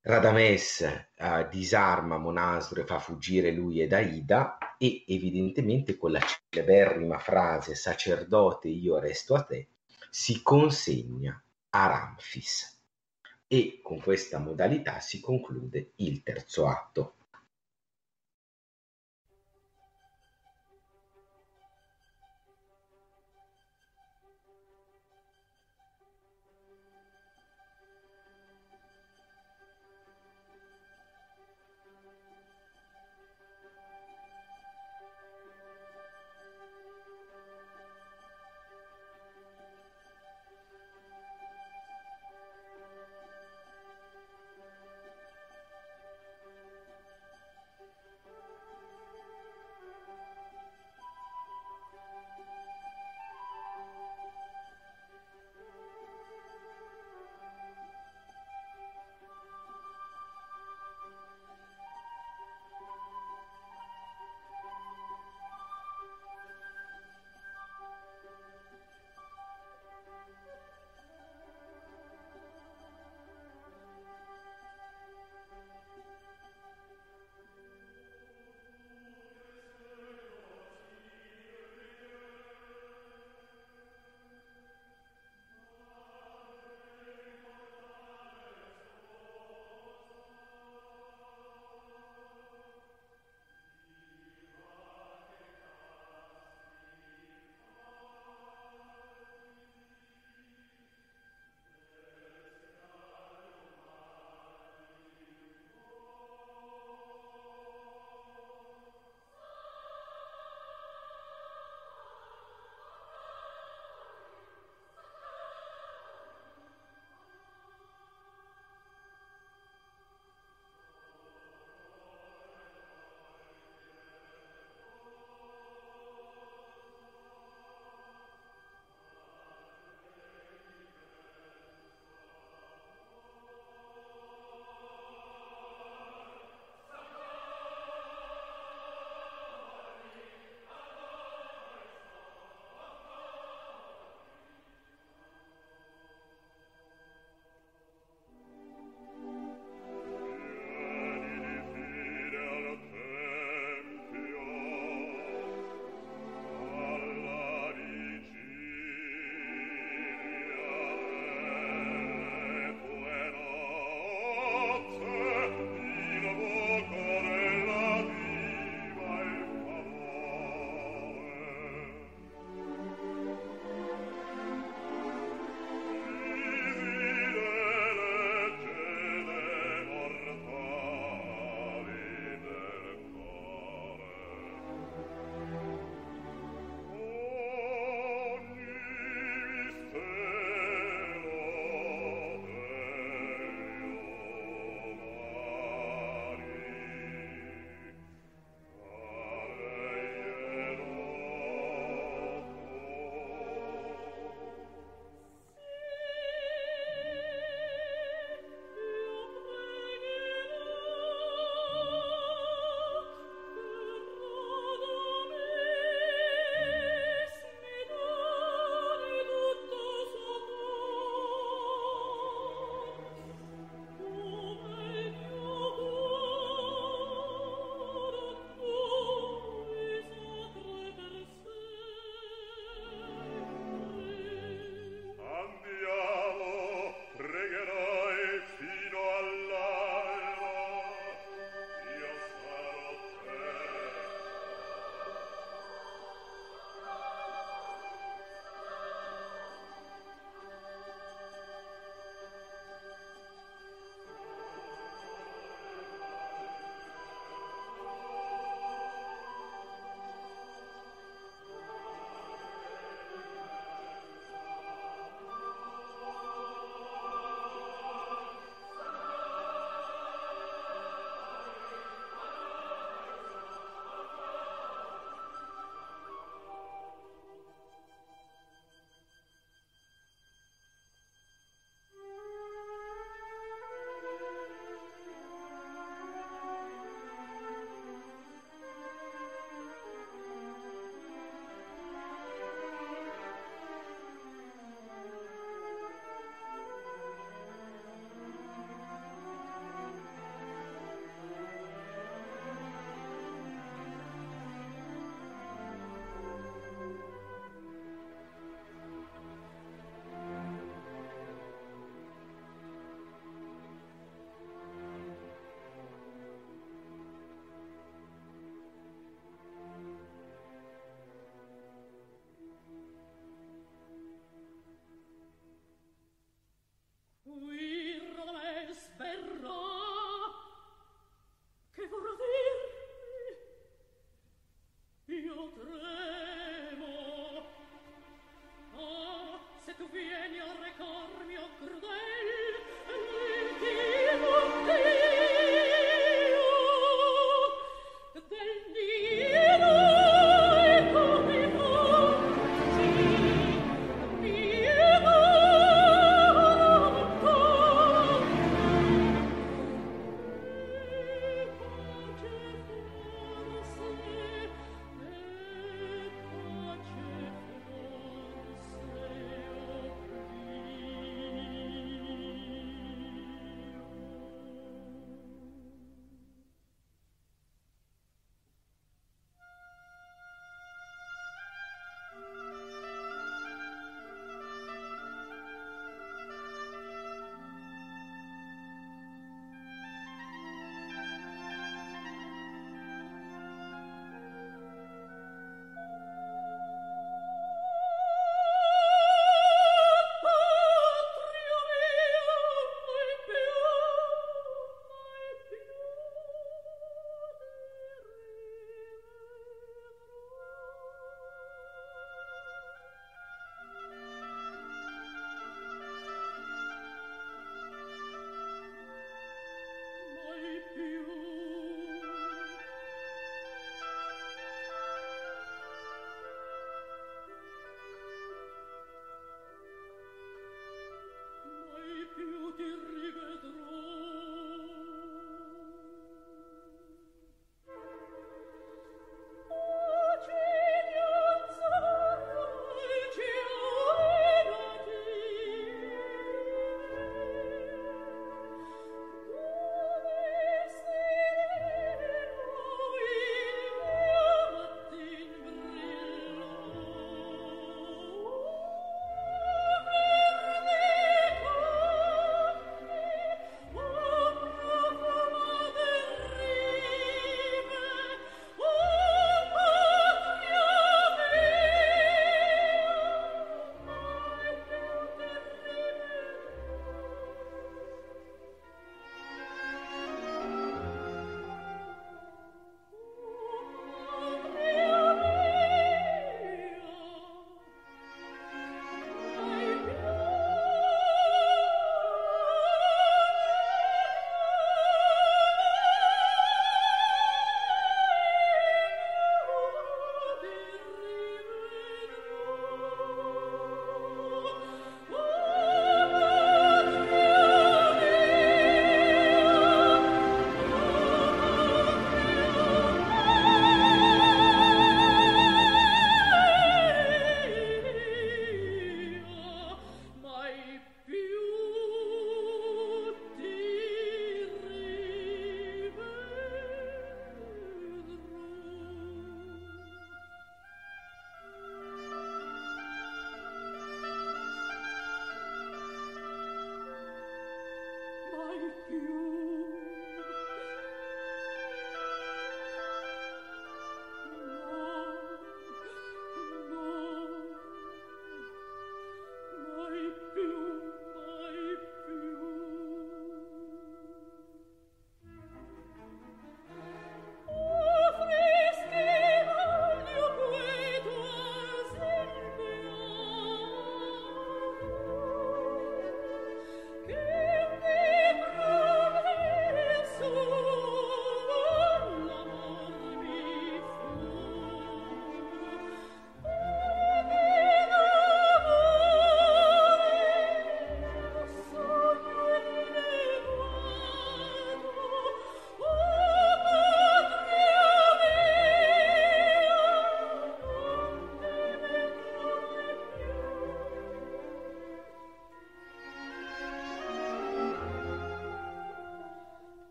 Radames eh, disarma Monasdro e fa fuggire lui ed Aida, e evidentemente con la celeberrima frase sacerdote io resto a te si consegna a Ramfis, e con questa modalità si conclude il terzo atto.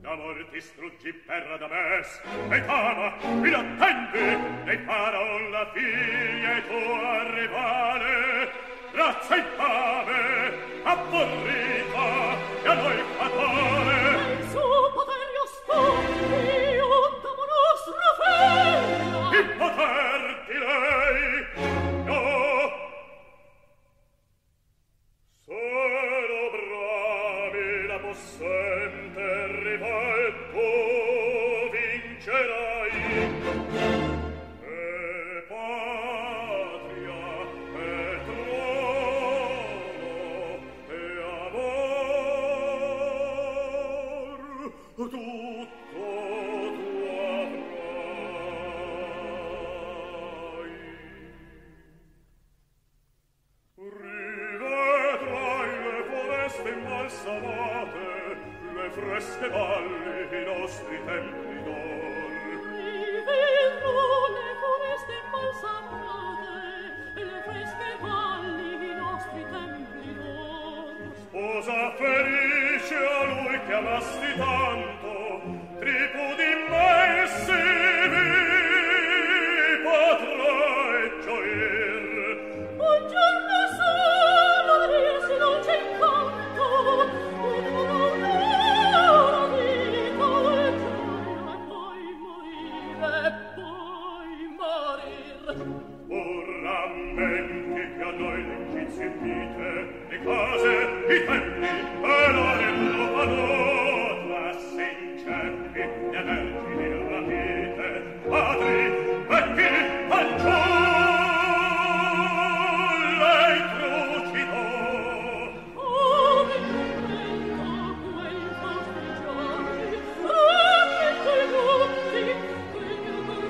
d'amor ti struggi per Radames, e t'ama, mi l'attendi, e paraon la figlia e tua rivale, razza infame, abborrita, e a noi fatale. Il suo potere io sto, io d'amo nostra fella. Il poter di lei, no. Solo bravi la possente rival tu vincerai. E patria, e trono, e amor, tutto tu avrai. Rivedrai le foreste imbalsamate, le fresche valli, i nostri templi d'or. Rivedrò le foreste imbalsamate, le fresche valli, i nostri templi d'or. Sposa felice a lui che amasti tanto, tripudi immensi vi potrai gioir. Un giorno solo dirsi non c'è incanto, un un'ora vita e gioia, e poi morire, e poi morir. Or rammenti che a noi l'egizi vite, le case, i templi, e l'orello padova, se incerti, le vergini rapite, padri, vecchi, fanciulle, i trucido. Oh, mi tormenta quei fausti giorni, rammento i lutti che io non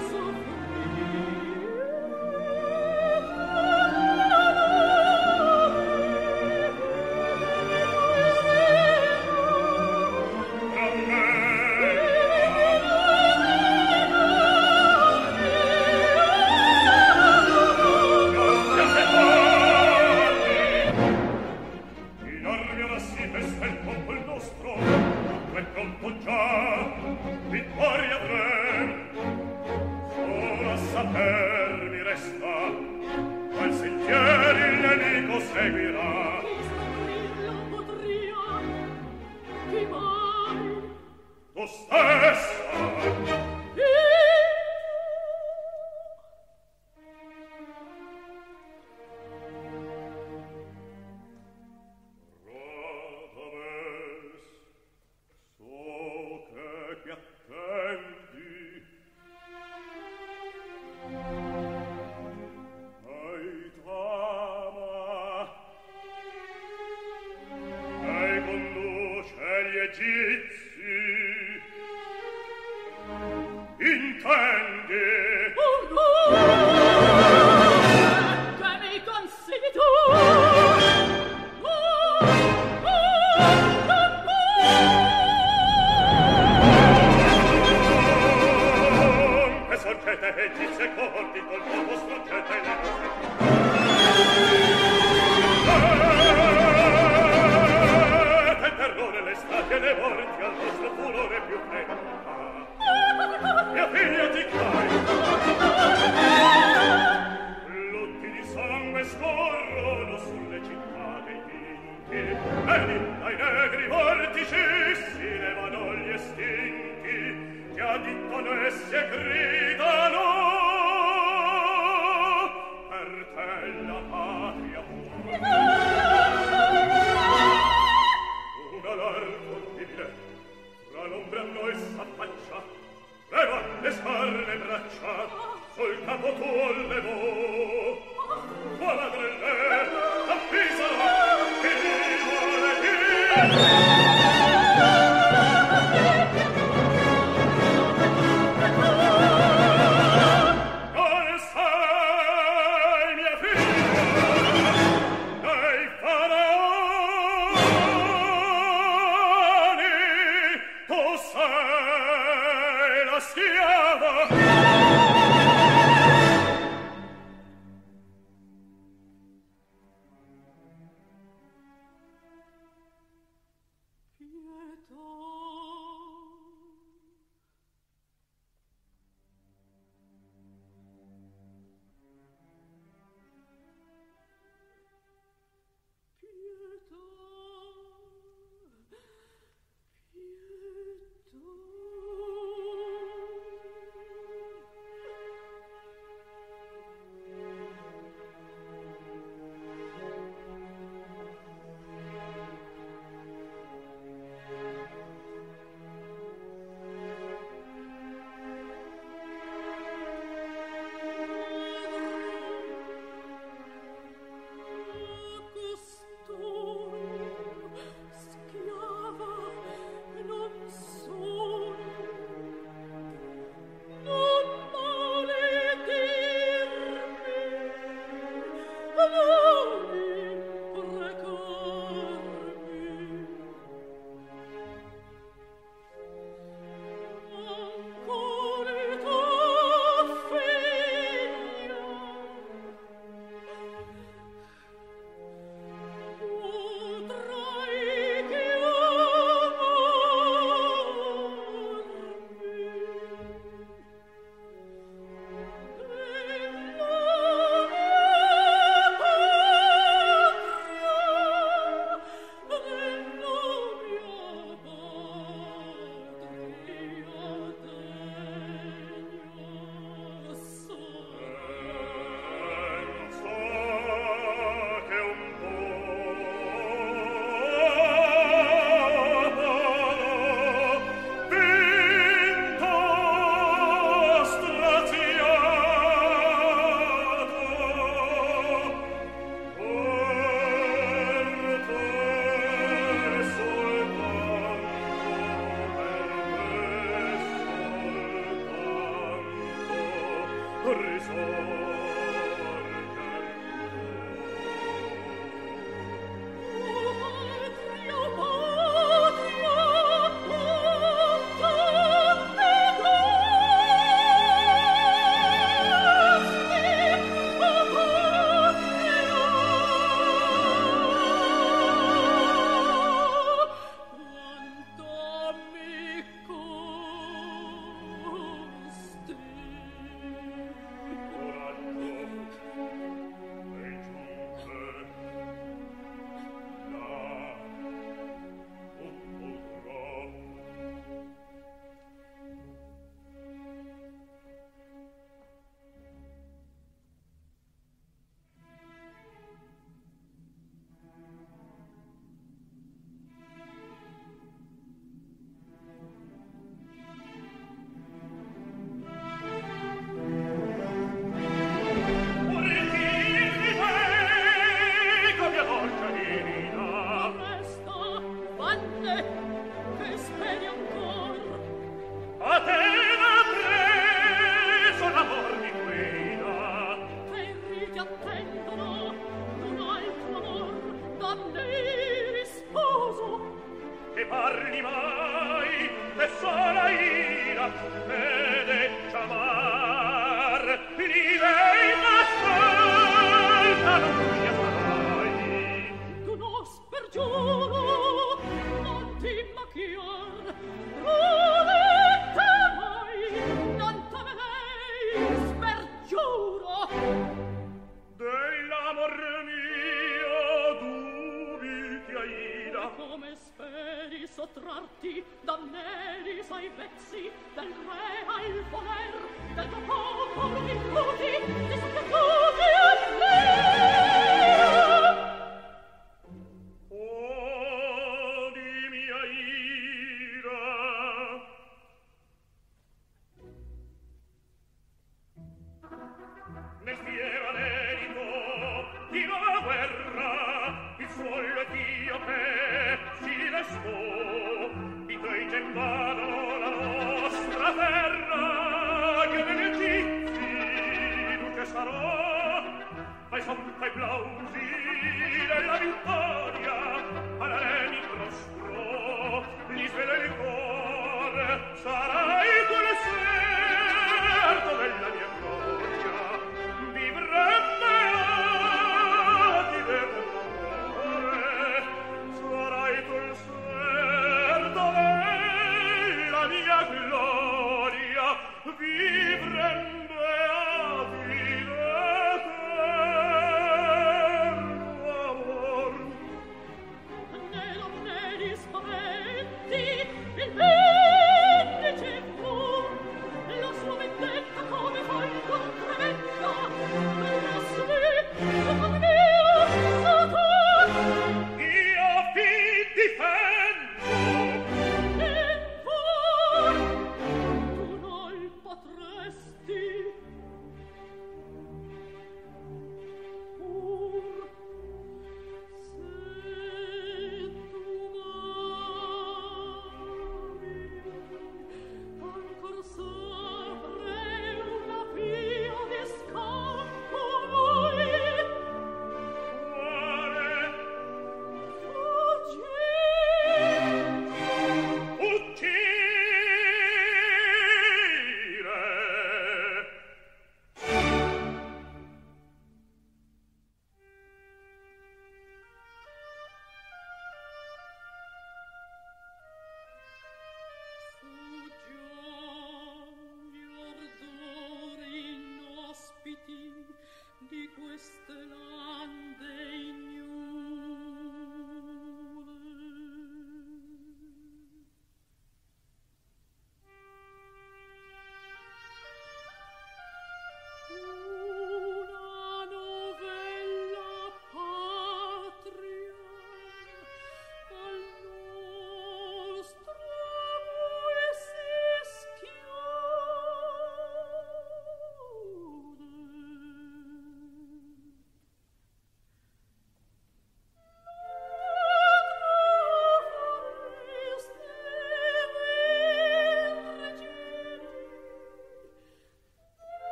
In armi ora si festa il popolo nostro, è pronto già, vittoria avrem. Solo a saper mi resta, qual sentieri il nemico seguirà. Chi scoprirlo potria, chi mai? Tu stessa, Radames, so che ti attendi. Hai t'ama, hai conduce gli egizi. Intendi? Oh no! Che mi consigli tu? Oh, oh, E sorgete egizi e corti col poco struggete le nostre. E il terrore le strati e le morti al nostro furore più prema. Mia figlia ti cai. Lutti di sangue scorrono sulle città dei vinti. Vedi, dai negri vortici si levano gli estinti, che additano essi e gridano. Per te la patria una larga orribile fra l'ombra a noi s'affaccia. Leva le scarne braccia, sul capo tuo levò. Tua madre le avvisala, che vuole dire. Non sei mia figlia, dei faraoni, tu sei la schiava. ed amar li venga scelta non mia sarai tu non spergiuro non ti macchiar prudente mai non t'amerei spergiuro dell'amor mio dubiti aida come speri sottrarti da neri sai vezzi del re al voler del tuo popolo di fruti di soppiantuti e mia oh di mia ira nel fiero anelito di nuova guerra il suolo etiope si destò di tuoi che invadono la nostra terra che degli egizi duce sarò ai son ai plausi della vittoria alla reni prospro li svela il cuore sarai tu il serto della mia gloria vivremmo ti del cuore sarai tu il serto della mia gloria vivremmo ti del cuore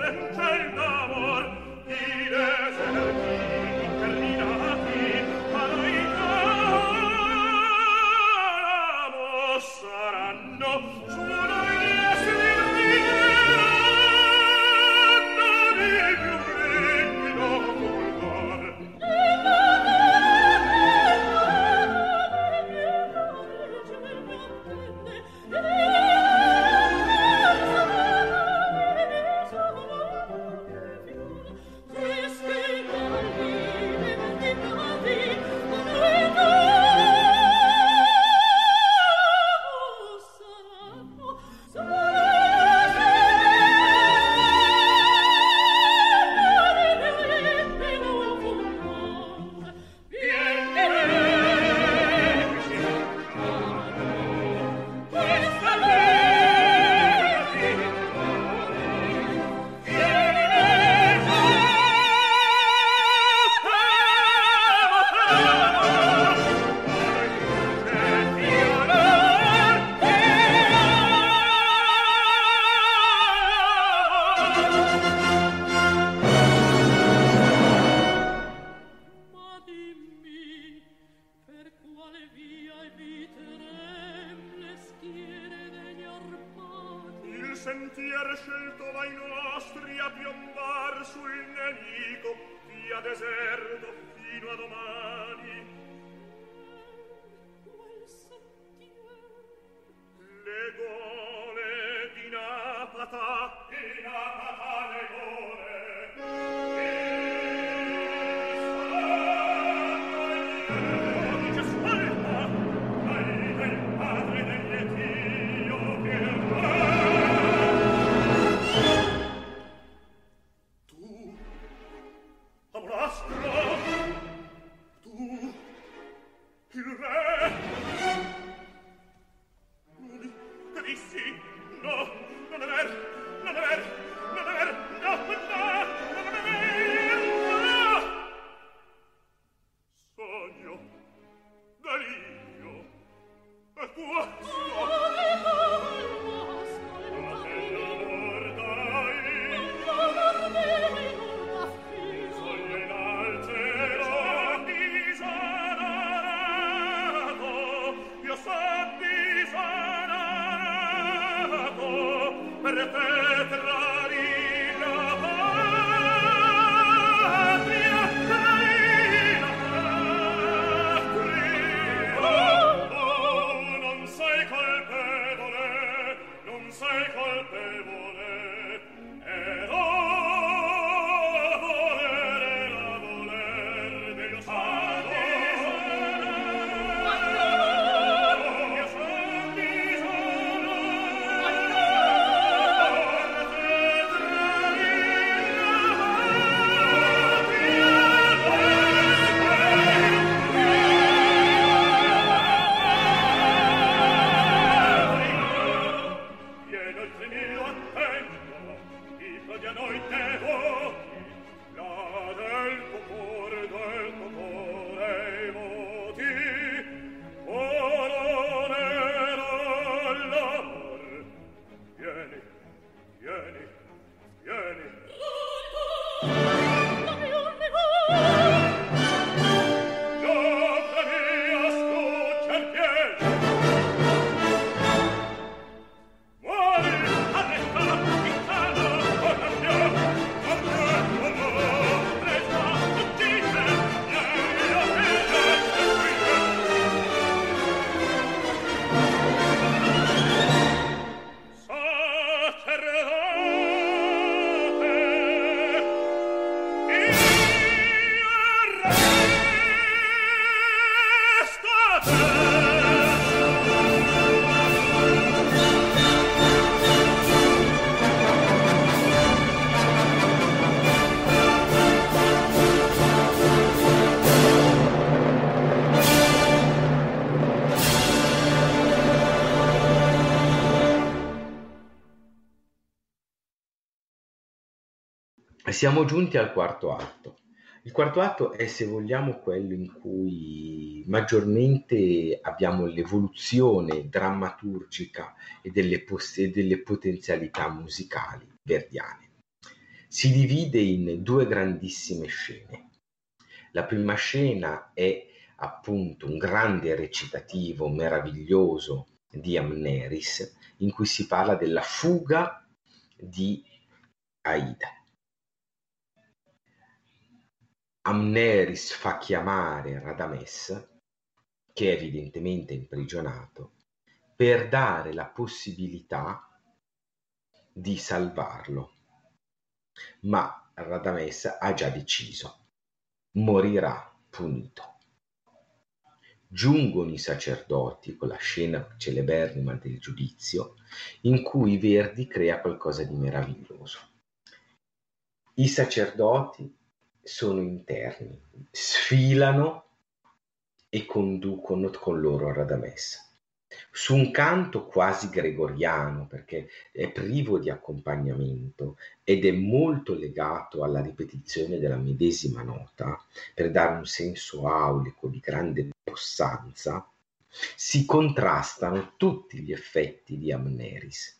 sentier scelto vai nostri a piombar sul nemico via deserto fino a domani. Quel sentier Le gole di Napata, di Napata le gole, e dice ascolta, dai del padre dell'Etio che tu, Amonastro, tu, il re, che dissi? No, non è vero, non è vero, non è vero, no, no, non è vero, no! Sogno, delirio, è questo! L'amor, dai! Sogno in altero, disanato, io son disanato, per te trarì la patria, trarì la patria. Oh, non sei colpevole, non sei colpevole, ero volere la voler dello Stato. Io son disonore, pieno il tremillo attento, dico di a noi devoti, là del cuore, del cuore i voti, oronero l'amor. Vieni, vieni, vieni. L'opera mia scuccia il piede. Muori, arresta, piccano, o cambia, cambia, no, presta, uccide, vieni a me, Siamo giunti al quarto atto. Il quarto atto è, se vogliamo, quello in cui maggiormente abbiamo l'evoluzione drammaturgica e delle, pos- e delle potenzialità musicali verdiane. si divide in due grandissime scene. La prima scena è appunto un grande recitativo meraviglioso di Amneris, in cui si parla della fuga di Aida. Amneris fa chiamare Radamès, che è evidentemente imprigionato, per dare la possibilità di salvarlo. Ma Radamès ha già deciso, morirà punito. Giungono i sacerdoti con la scena celeberrima del giudizio, in cui Verdi crea qualcosa di meraviglioso. I sacerdoti sono interni, sfilano e conducono con loro Radamès. Su un canto quasi gregoriano, perché è privo di accompagnamento ed è molto legato alla ripetizione della medesima nota, per dare un senso aulico di grande possanza, si contrastano tutti gli effetti di Amneris.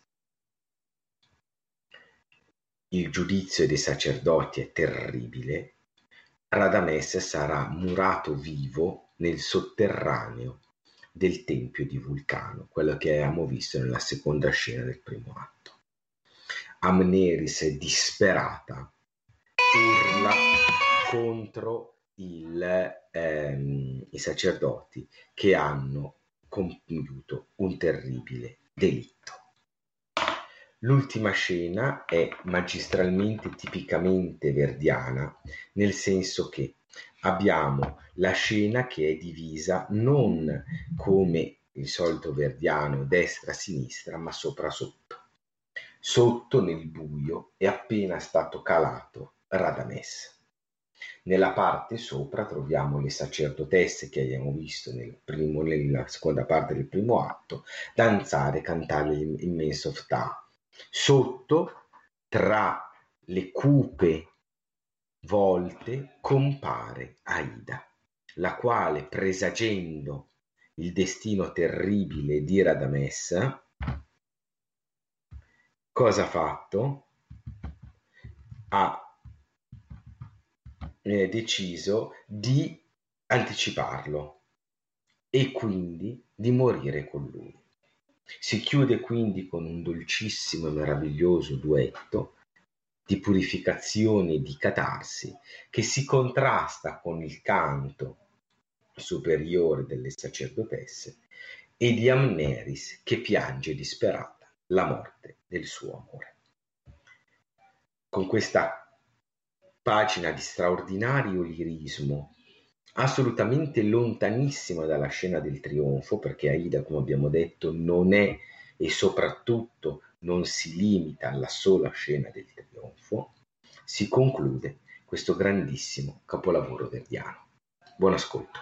Il giudizio dei sacerdoti è terribile. Radamès sarà murato vivo nel sotterraneo del tempio di Vulcano, quello che abbiamo visto nella seconda scena del primo atto. Amneris è disperata, urla contro il, ehm, i sacerdoti che hanno compiuto un terribile delitto. L'ultima scena è magistralmente, tipicamente verdiana, nel senso che abbiamo la scena che è divisa non come il solito verdiano destra-sinistra, ma sopra-sotto. Sotto nel buio è appena stato calato Radamès. Nella parte sopra troviamo le sacerdotesse che abbiamo visto nel primo, nella seconda parte del primo atto danzare e cantare l'immenso Ftah. Sotto, tra le cupe volte, compare Aida, la quale, presagendo il destino terribile di Radamès, cosa ha fatto? Ha eh, deciso di anticiparlo e quindi di morire con lui. Si chiude quindi con un dolcissimo e meraviglioso duetto di purificazione e di catarsi che si contrasta con il canto superiore delle sacerdotesse e di Amneris che piange disperata la morte del suo amore. Con questa pagina di straordinario lirismo, assolutamente lontanissima dalla scena del trionfo, perché Aida, come abbiamo detto, non è e soprattutto non si limita alla sola scena del trionfo, si conclude questo grandissimo capolavoro verdiano. Buon ascolto.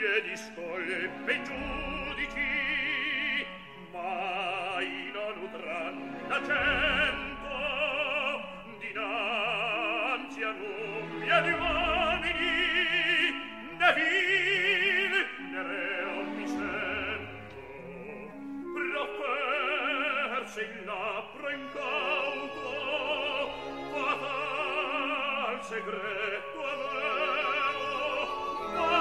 piedi scolpe i giudici, mai non udran l'accento dinanzi a nubbia di uomini, né vil né reo mi sento, proferse il labbro incauto, fatal segreto avevo, ma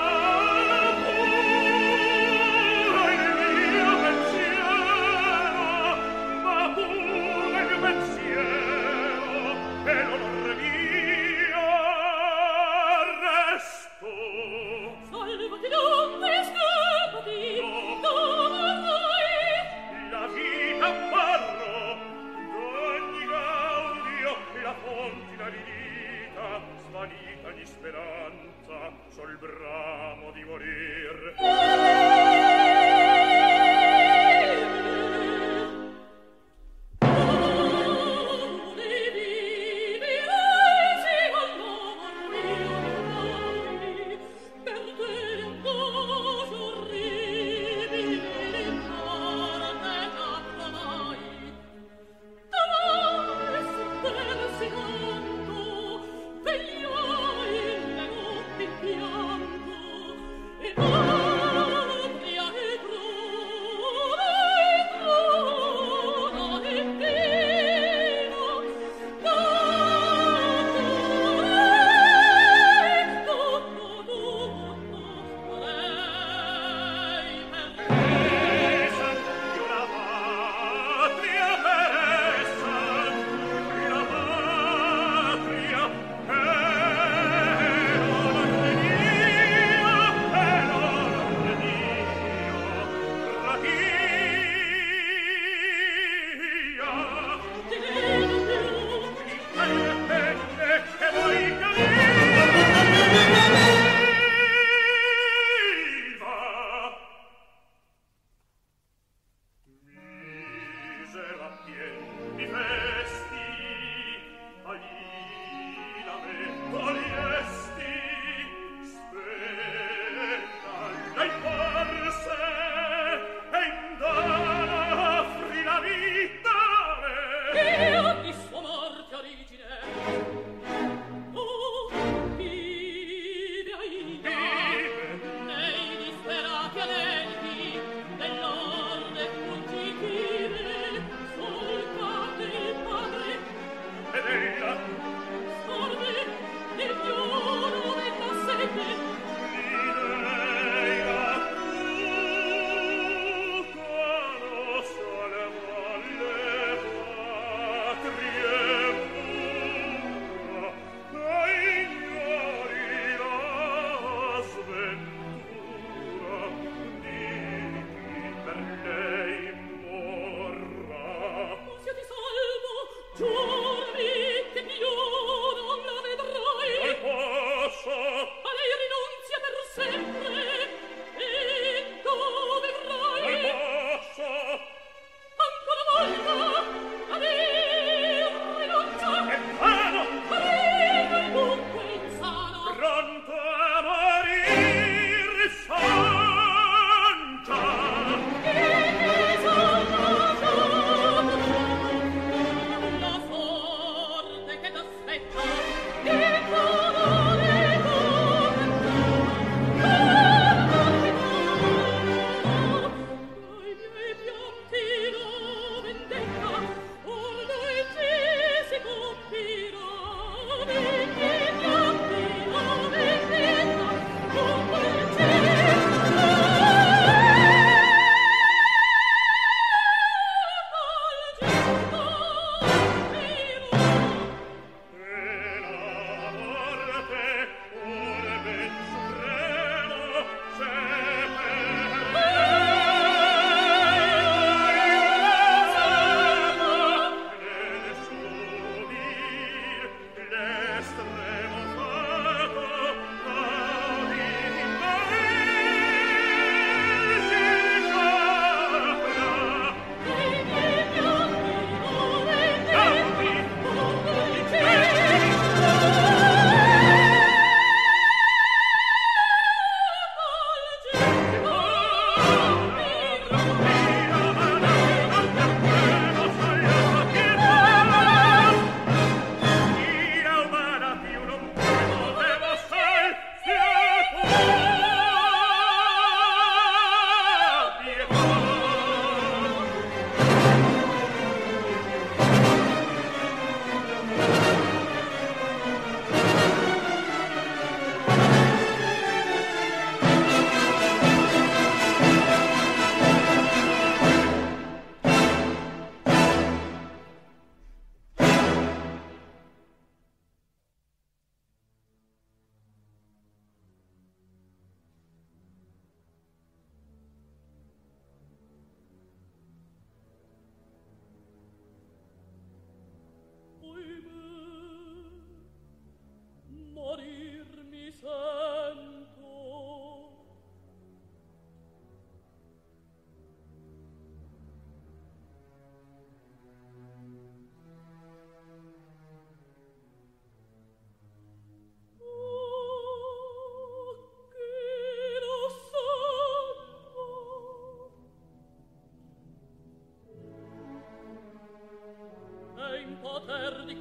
pure il mio pensiero, ma pure il pensiero e l'onor mio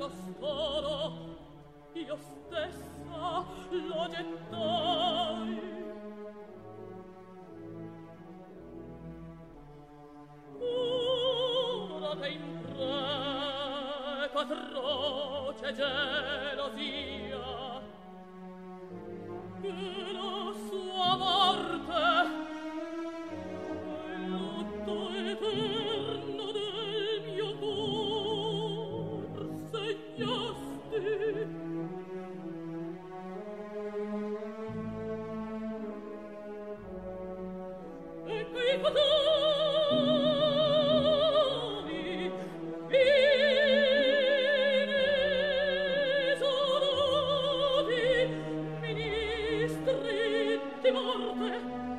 costoro io stessa lo gettai. Ora che impreco atroce gelosia che la sua morte è il lutto eterno del mio cor segnasti. E quei fatali inesorati ministri di morte,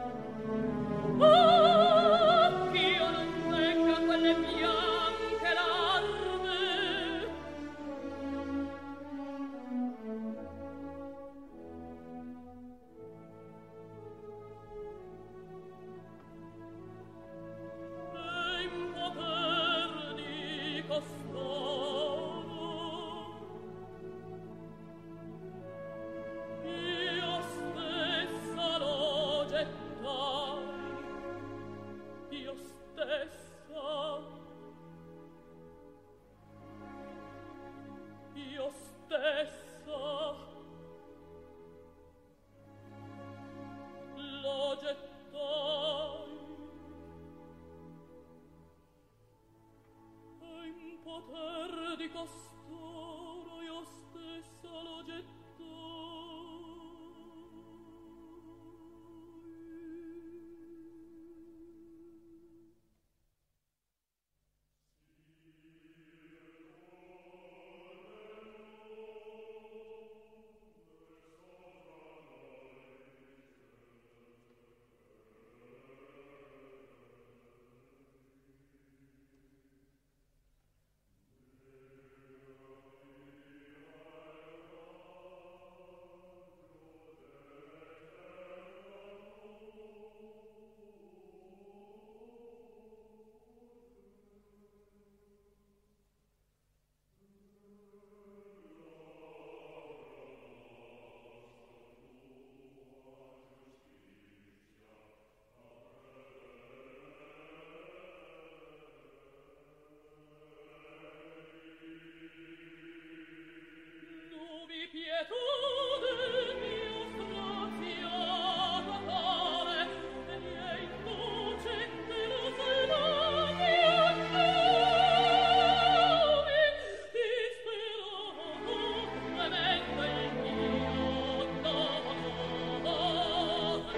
oh, ch'io non vegga quelle bianche larve. E in poter di costoro io stessa lo gettai, io stessa, io stessa lo gettai. E in poter di costoro io stessa lo gettai. Nubi pietude mio straziato cuore, e miei innocente rosolati annumi, disperato tremendo il mio dolore.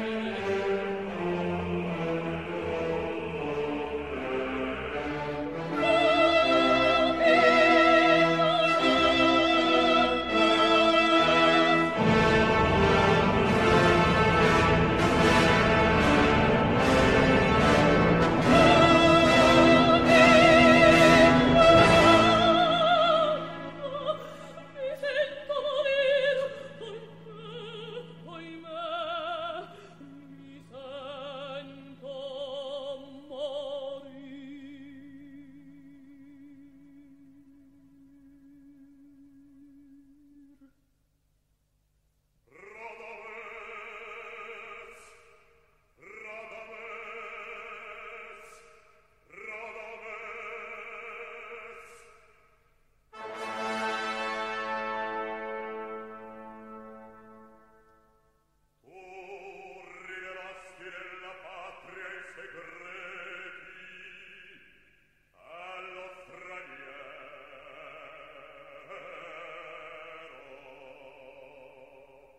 Mi sento morire, oimè, oimè, mi sento morire. Radames, Radames, Radames. Tu rivelasti nella patria i segreti allo straniero.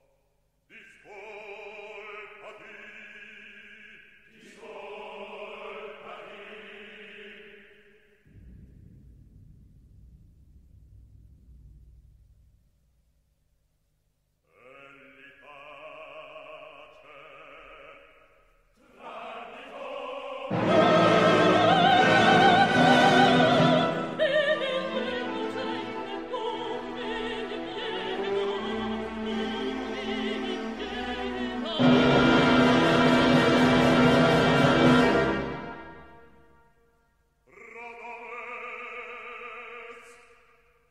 Discolpati, discolpati. Egli tace, E il innocente come di pietà, come di pietà. Radames,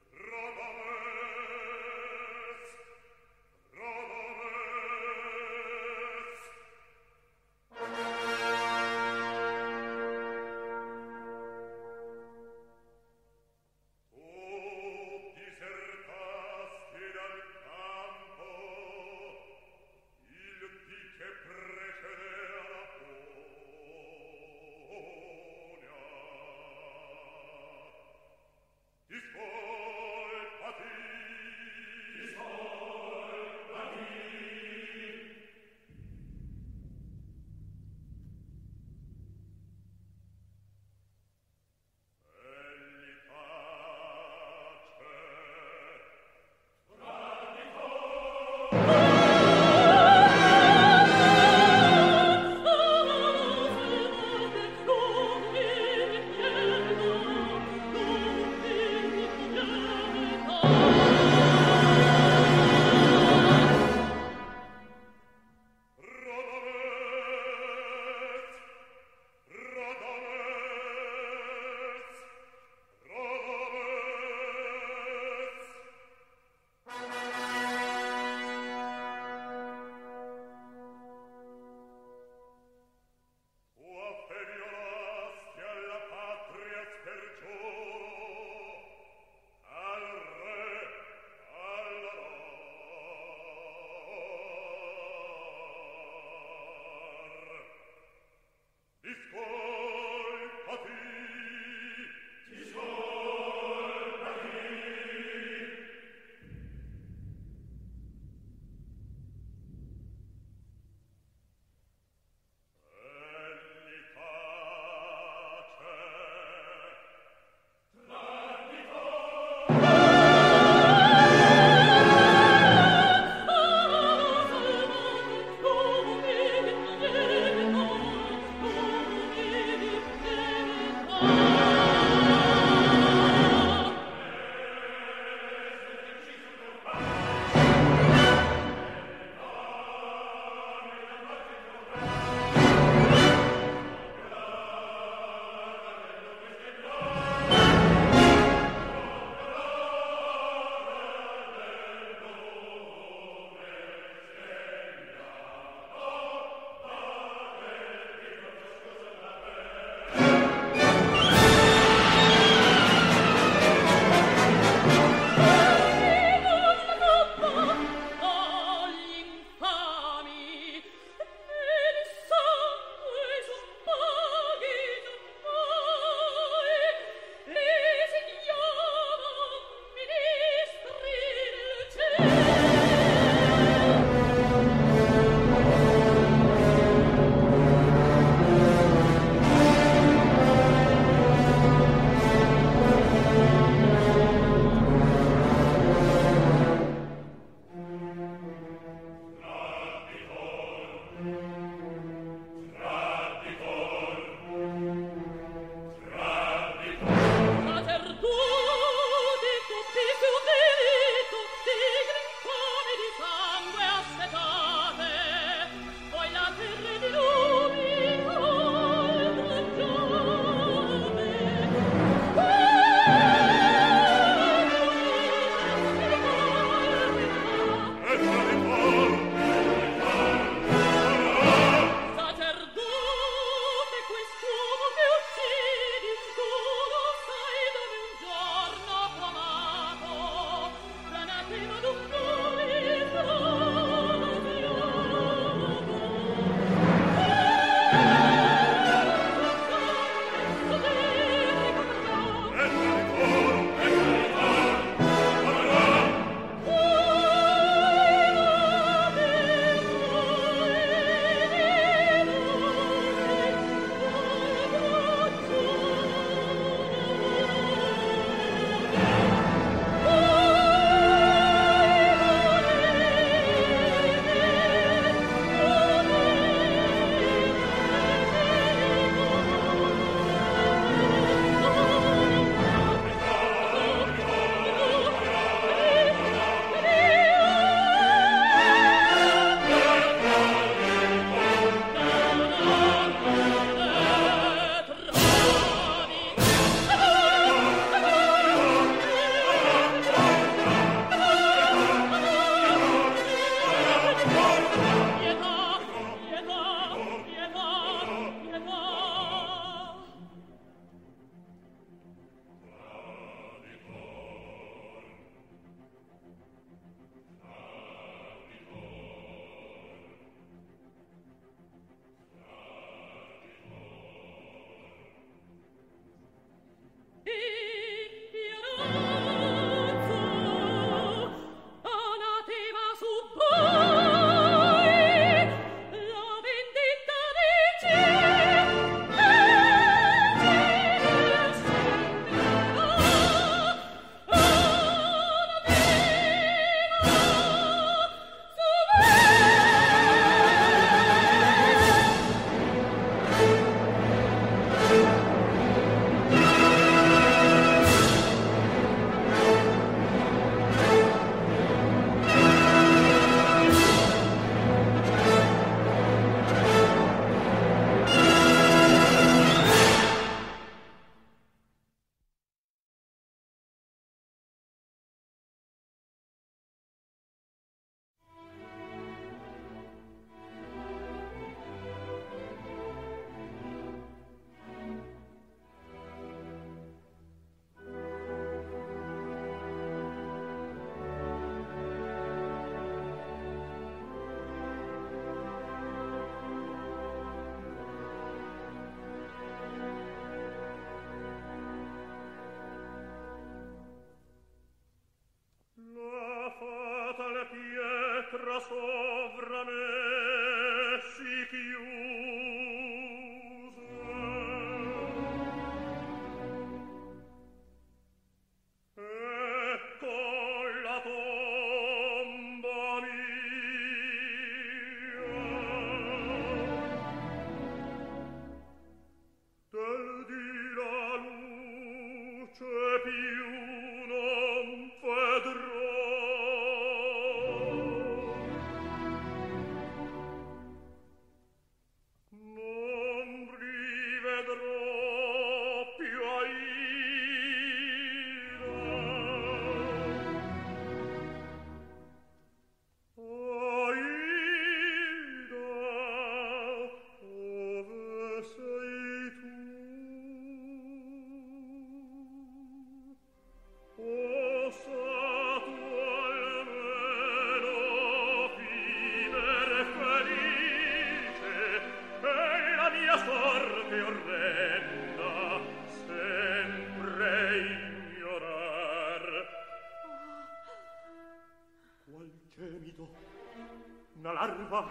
una larva,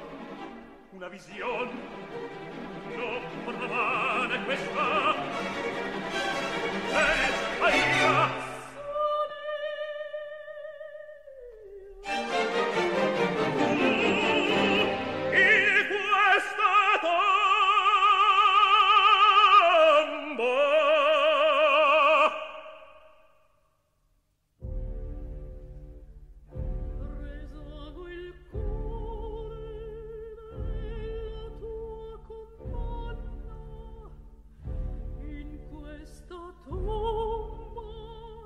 una visione, non provare questa. Eh, aia! Tomba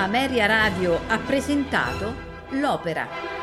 Ameria Radio ha presentato L'Opera.